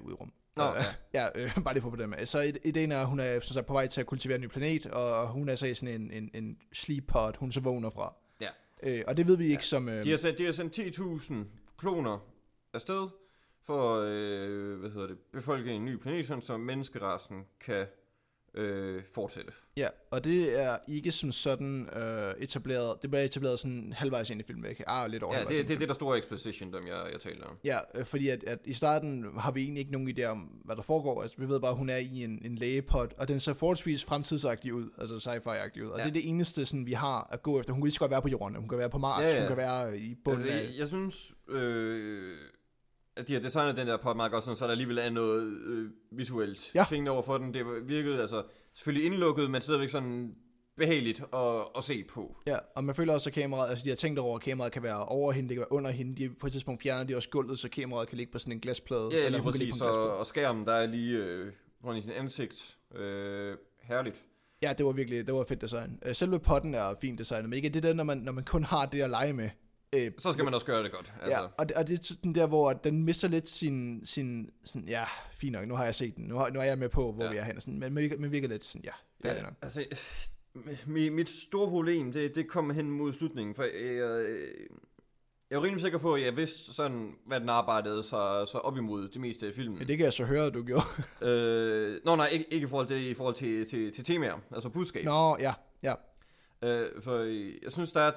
Nå, uh, ja, ja øh, bare lige for dem. Så ideen er, at hun er som sagt, på vej til at kultivere en ny planet, og hun er så i sådan en, en, en sleep pod, hun så vågner fra. Ja. Øh, og det ved vi ja. ikke som... Øh, de, har sendt, de har sendt ti tusind kloner afsted for øh, hvad hedder det, befolke en ny planet, så menneskerassen kan øh, fortsætte. Ja, og det er ikke som sådan øh, etableret, det bliver etableret sådan halvvejs ind i filmen, ikke? Ah, lidt over ja, halvvejs det, ind i det er filmen. det der store exposition, dem jeg, jeg taler om. Ja, øh, fordi at, at i starten har vi egentlig ikke nogen idé om, hvad der foregår. Altså, vi ved bare, at hun er i en, en lægepot, og den ser forholdsvis fremtidsagtig ud, altså sci-fi-agtig ud. Og ja. det er det eneste, sådan, vi har at gå efter. Hun kan lige så godt være på jorden, hun kan være på Mars, ja, ja. hun kan være i bunden altså, af... jeg, jeg synes... Øh at de har designet den der pot meget godt, sådan, så der alligevel er noget øh, visuelt ja. fængende over for den. Det virkede altså selvfølgelig indlukket, men stadigvæk sådan behageligt at, at se på. Ja, og man føler også, at kameraet, altså de har tænkt over, at kameraet kan være over hende, det kan være under hende. De, på et tidspunkt fjerner de også gulvet, så kameraet kan ligge på sådan en glasplade. Ja, eller lige præcis, og, og skærmen, der er lige øh, rundt i sin ansigt. Øh, herligt. Ja, det var virkelig, det var fedt design. Selve potten er fint designet, men ikke det der, når man, når man kun har det at lege med. Øh, så skal man også gøre det godt. Altså. Ja, og det, og det er sådan der, hvor den mister lidt sin, sin sådan, ja, fint nok, nu har jeg set den, nu, har, nu er jeg med på, hvor ja. vi er hen, sådan, men man virker lidt sådan, ja, færdig ja, nok. Altså, mit, mit store problem, det, det kom hen mod slutningen, for jeg, jeg, jeg er rimelig sikker på, at jeg vidste sådan, hvad den arbejdede så, så op imod det meste af filmen. Men det kan jeg så høre, at du gjorde. øh, nå nej, ikke, ikke i forhold til, i forhold til, til, til temaer, altså budskab. Nå, ja, ja. Øh, for jeg synes, der er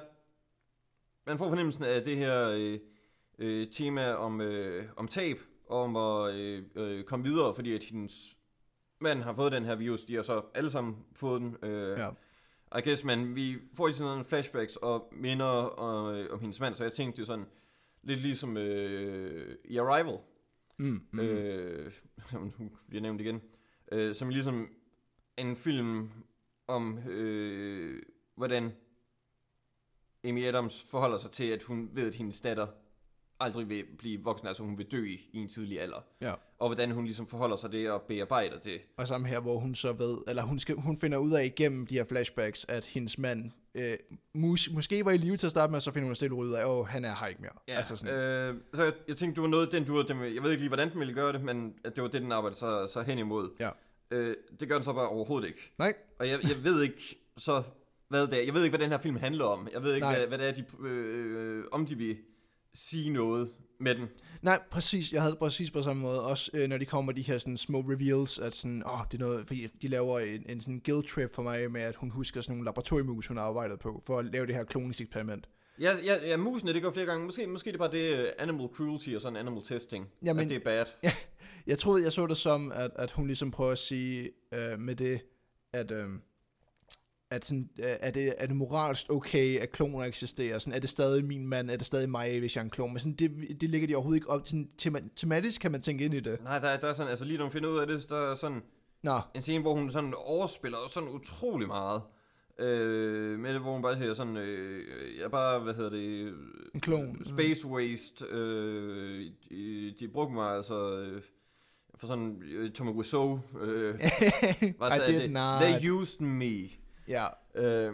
man får fornemmelsen af det her øh, øh, tema om, øh, om tab, og om at øh, øh, komme videre, fordi at hendes mand har fået den her virus, de har så alle sammen fået den. Øh, ja. I guess, men vi får lige sådan nogle flashbacks og minder om, øh, om hendes mand, så jeg tænkte jo sådan, lidt ligesom øh, i Arrival, mm, mm. Øh, som nu bliver nævnt igen, øh, som ligesom en film om, øh, hvordan Amy Adams forholder sig til, at hun ved, at hendes datter aldrig vil blive voksen, altså hun vil dø i, i en tidlig alder. Ja. Og hvordan hun ligesom forholder sig det og bearbejder det. Og sammen her, hvor hun så ved, eller hun, skal, hun finder ud af igennem de her flashbacks, at hendes mand øh, mus, måske var i live til at starte med, og så finder hun stille ud af, åh, han er her ikke mere. Ja, altså sådan. Øh, så jeg, jeg tænkte, du var noget, den du den, jeg ved ikke lige, hvordan den ville gøre det, men at det var det, den arbejdede så, så hen imod. Ja. Øh, det gør den så bare overhovedet ikke. Nej. Og jeg, jeg ved ikke så... Hvad det er. Jeg ved ikke, hvad den her film handler om. Jeg ved ikke, hvad, hvad det er, de, øh, om de vil sige noget med den. Nej, præcis. Jeg havde præcis på samme måde. Også øh, når de kommer de her sådan, små reveals, at sådan, åh, det er noget, fordi de laver en, en sådan guilt trip for mig med, at hun husker sådan nogle laboratoriemus, hun har arbejdet på, for at lave det her kloningseksperiment. Ja, ja, ja, musene, det går flere gange. Måske, måske det er bare det uh, animal cruelty og sådan animal testing. Jamen, at det er bad. Ja, jeg troede, jeg så det som, at, at hun ligesom prøver at sige øh, med det, at... Øh, at sådan, er, det, er det moralsk okay, at kloner eksisterer? Sådan, er det stadig min mand? Er det stadig mig, hvis jeg er en klon? Men sådan, det, det ligger de overhovedet ikke op. Sådan, tema- tematisk kan man tænke ind i det. Nej, der, der er sådan, altså lige når man finder ud af det, der er sådan Nå. en scene, hvor hun sådan overspiller sådan utrolig meget. Øh, med det, hvor hun bare siger sådan, øh, jeg bare, hvad hedder det? En klon. Space waste. Øh, de, de brugte mig altså... Øh, for sådan, øh, Tommy Wiseau. Øh, I did not. They used me. Ja. Øh,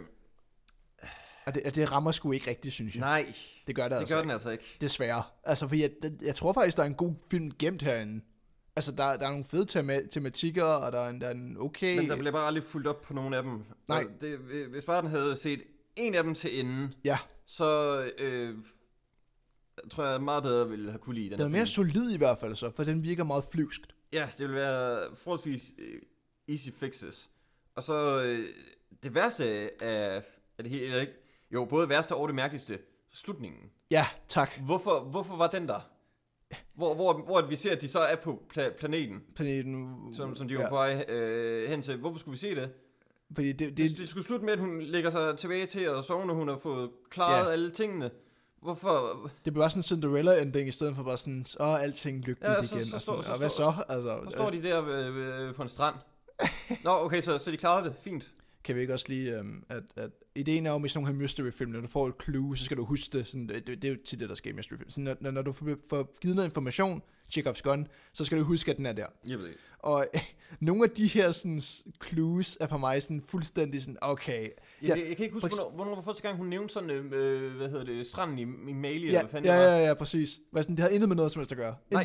og det, det rammer sgu ikke rigtigt, synes jeg. Nej. Det gør det, det altså gør ikke. den altså ikke. Desværre. Altså, for jeg, jeg tror faktisk, der er en god film gemt herinde. Altså, der, der er nogle fede tema- tematikker, og der er en, der er en okay... Men der bliver bare aldrig fuldt op på nogle af dem. Nej. Det, hvis bare den havde set en af dem til enden, ja. så øh, tror jeg meget bedre ville have kunne lide den. Den er mere solid i hvert fald så, for den virker meget flyvskt. Ja, det vil være forholdsvis easy fixes. Og så øh, det værste af, af det hele, ikke? Jo, både værste og det mærkeligste, slutningen. Ja, tak. Hvorfor, hvorfor var den der? Hvor, hvor, hvor vi ser, at de så er på pla- planeten. Planeten. Som, som de var ja. på vej øh, hen til. Hvorfor skulle vi se det? Fordi det, det, det, det skulle slutte med, at hun lægger sig tilbage til at sove, når hun har fået klaret ja. alle tingene. Hvorfor? Det blev sådan en Cinderella-ending, i stedet for bare sådan, åh, alting lykkeligt ja, igen. Så, så, og, så, så, og hvad så? Altså, så står de der øh, øh, på en strand. Nå, okay, så, så de klarede det. Fint. Kan vi ikke også lige, um, at, at ideen er jo med sådan nogle her mystery-film, når du får et clue, så skal du huske det. Sådan, det, det er jo tit det, der sker i mystery-film. Så når, når du får, får givet noget information, Chekhovs gun, så skal du huske, at den er der. Jeg ved ikke. Og øh, nogle af de her sådan, clues er for mig sådan fuldstændig sådan, okay. Ja, jeg, jeg kan ikke huske, hvornår, hvornår var første gang, hun nævnte sådan, øh, hvad hedder det, stranden i, i Mali, ja, eller hvad fanden ja, det var. Ja, ja, præcis. Hvad sådan, det havde intet med noget som helst at gøre. Intet.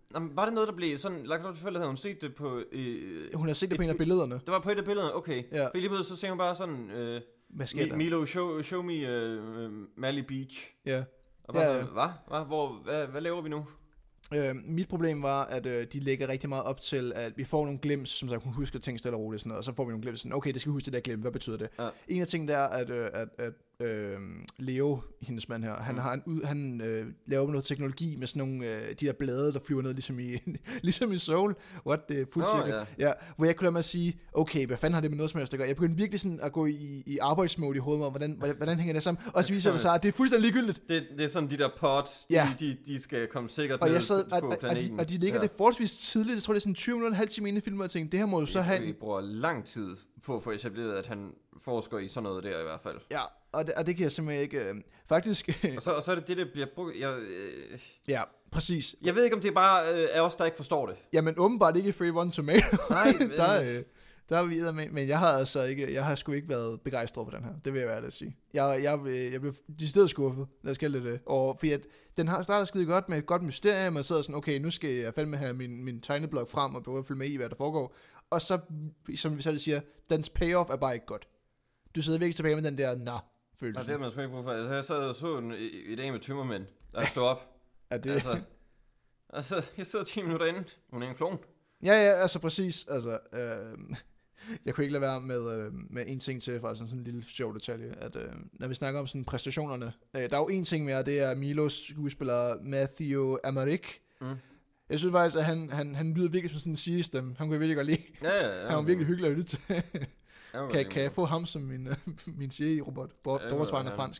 Jamen, var det noget, der blev sådan lagt op til fældet? Havde hun set det på... Øh, Hun har set det et, på en af billederne. Det var på et af billederne, okay. Ja. For lige pludselig så ser hun bare sådan... Øh, Hvad sker Mi- der? Milo, show, show me uh, Mali Beach. Ja. Og bare Ja, sådan, hvad? Hvad? Hvor, hvad? Hvad laver vi nu? Øh, mit problem var, at øh, de lægger rigtig meget op til, at vi får nogle glimt, som sagt, hun husker ting stille og roligt, sådan noget, og så får vi nogle glimt, sådan, okay, det skal vi huske det der glimt, hvad betyder det? Ja. En af tingene er, at, øh, at, at øh, Leo, hendes mand her, han, Mm. har en ud, han øh, laver noget teknologi med sådan nogle, øh, de der blade, der flyver ned, ligesom i, ligesom i Soul. What, det er fuldstændig. Nå, ja. ja. Hvor jeg kunne lade mig at sige, okay, hvad fanden har det med noget som helst at gøre? Jeg begyndte virkelig sådan at gå i, i arbejdsmode i hovedet med, hvordan, hvordan, hvordan hænger det sammen? Og så viser det sig, at det er fuldstændig ligegyldigt. Det, det er sådan, de der pods, de, Ja. de, de skal komme sikkert Og ned jeg sad, på og, og, og, planeten. de, og de ligger Ja. det forholdsvis tidligt, jeg tror det er sådan tyve minutter, en halv time inde i filmen, og jeg tænkte, det her må jo så have... Vi bruger lang tid på at få etableret, at han forsker i sådan noget der i hvert fald. Ja, og det, og det kan jeg simpelthen ikke... Øh, faktisk... Og så, og så er det det, der bliver brugt... Jeg, øh, ja, præcis. jeg ved ikke, om det bare øh, er os, der ikke forstår det. Jamen åbenbart ikke Free One Tomato. Nej, der, øh, øh, der er vi med, men jeg har altså ikke... Jeg har sgu ikke været begejstret for den her. Det vil jeg være ærlig at sige. Jeg, jeg, jeg, jeg blev decideret skuffet, lad os kalde det det. Og fordi at den har startet skide godt med et godt mysterium, og sidder sådan, okay, nu skal jeg fandme have min, min tegneblok frem, og prøve at følge med i, hvad der foregår. Og så, som vi selv siger, dens payoff er bare ikke godt. Du sidder virkelig tilbage med den der, nah, følelse. og det har man sgu ikke brug for. Altså, jeg sad og så en, i, i dag med tømmermænd, der stod op. Er det... Altså, altså, jeg sidder ti minutter inde. Hun er en klon. Ja, ja, altså præcis. Altså, øh, jeg kunne ikke lade være med, øh, med en ting til, faktisk sådan en lille sjov detalje, at øh, når vi snakker om sådan præstationerne, øh, der er jo en ting mere, det er Milos skuespiller Matthew Amalric. Mm. Jeg synes faktisk, at han, han, han lyder virkelig som sådan en sigestemme. Han kunne jeg virkelig godt lide. Ja, ja, ja. Han var virkelig hyggelig at lytte til. Ja, kan, kan jeg få ham som min, øh, min C I-robot? Bort, Ja, dog svarende ja. fransk.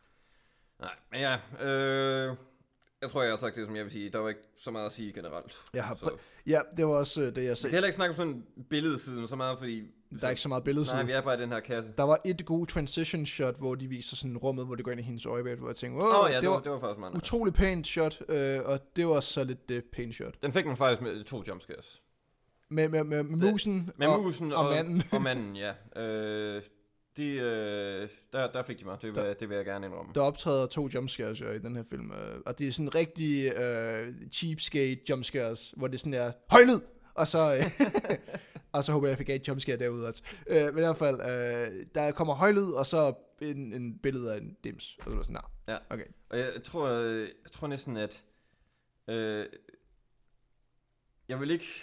Nej, men ja, øh, jeg tror, jeg har sagt det, som jeg vil sige. Der var ikke så meget at sige generelt. Jeg har Så. pr- ja, det var også øh, det, jeg Vi kan sagde. heller ikke snakke om sådan billedsiden så meget, fordi... Der er ikke så meget billedside. Nej, vi er bare i den her kasse. Der var et god transition shot, hvor de viser sådan rummet, hvor det går ind i hendes øjeblik, hvor jeg tænkte, Åh åh, oh, ja, det, det var, var det var faktisk meget nice. utrolig pænt shot, øh, og det var så lidt det pænt shot. Den fik man faktisk med to jumpscares. Med, med, med, med Det- musen Med og, musen og og, manden. og manden, ja. Øh, de, øh, der, der fik de mig, det vil, det vil jeg gerne indrømme. Der optræder to jumpscares jo, i den her film, øh, og det er sådan rigtig øh, cheapskate jumpscares, hvor det sådan er højlyd, og så, øh, og så håber jeg, jeg fik et jumpscare derude. Altså. Øh, men i hvert fald, øh, der kommer højlyd, og så en, en billede af en dims, og så er det sådan, nah. Ja. Okay. Og jeg tror, jeg tror næsten, at øh, jeg vil ikke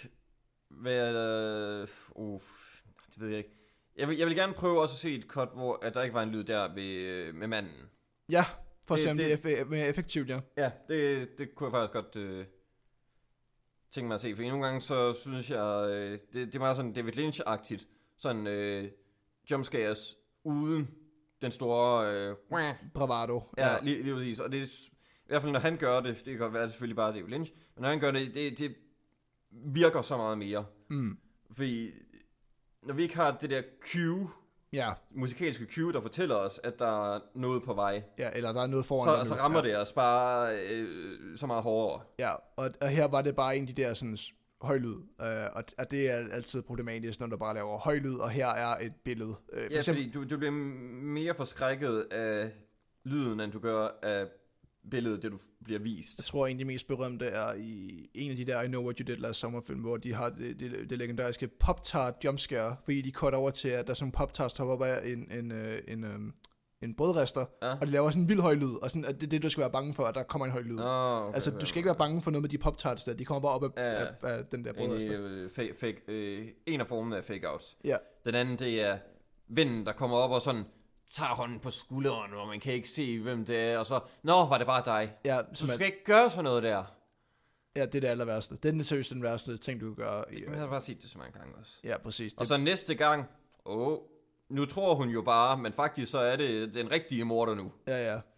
være... Uh, uh, det ved jeg ikke. Jeg vil, jeg vil gerne prøve også at se et cut, hvor at der ikke var en lyd der ved, øh, med manden. Ja, for at Det- se om det, det- det er mere effektivt, ja. Ja, det, det kunne jeg faktisk godt øh, tænke mig at se. For nogle gange, så synes jeg, øh, det, det er meget sådan David Lynch-agtigt. Sådan øh, jumpscares uden den store... Øh, wah. Bravado. Ja, lige, lige præcis. Og det er, s- i hvert fald, når han gør det, det kan godt være, det er selvfølgelig bare David Lynch, men når han gør det, det, det virker så meget mere. Mm. Fordi når vi ikke har det der cue, Ja, musikalske cue, der fortæller os, at der er noget på vej, ja, eller der er noget foran dig så, så nu. rammer ja. det os bare øh, så meget hårdere. Ja, og, og her var det bare en af de der sådan højlyd, øh, og, og det er altid problematisk, når du bare laver højlyd, og her er et billede. Øh, for Ja, eksempel, fordi du, du bliver mere forskrækket af lyden, end du gør af billedet, det du bliver vist. jeg tror en af de mest berømte er i en af de der I Know What You Did Last Summer film, hvor de har det, det, det legendariske Pop-Tart jumpscare, fordi de cutter over til, at der er sådan en Pop-Tart, der hopper op af en, en, en, en, en, en brødrester, Ja. og de laver sådan en vild høj lyd, og sådan, at det er det, du skal være bange for, at der kommer en høj lyd. Oh, okay, Altså, du skal ikke være bange for noget med de Pop-Tarts der, de kommer bare op af, Ja, ja. af, af den der En, brødrester. øh, fake, fake, øh, en af formene er fake outs. Ja. Den anden, det er vinden, der kommer op og sådan tager hånden på skulderen, og man kan ikke se, hvem det er, og så, nå, var det bare dig. Ja, Du som er, skal ikke gøre sådan noget der. ja, det er det aller værste. Det er den seriøst den værste ting, du kan gøre. I, Jeg har bare set det så mange gange også. ja, præcis. Og Det, så næste gang, åh, nu tror hun jo bare, men faktisk så er det den rigtige morder nu. ja, ja.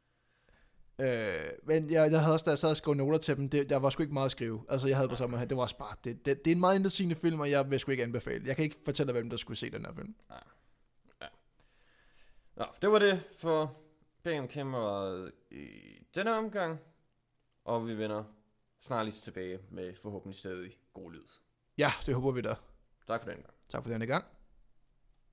Øh, men jeg, jeg havde også, da jeg sad og skrev noter til dem, det, der var sgu ikke meget at skrive. Altså, jeg havde på samme, det var også bare, det, det, det er en meget indersigende film, og jeg vil sgu ikke anbefale. Jeg kan ikke fortælle hvem der skulle se den her film. Nå, det var det for Bag kameraet i denne omgang. Og vi vender snart lige tilbage med forhåbentlig stadig god lyd. Ja, det håber vi da. Tak for den gang. Tak for denne gang.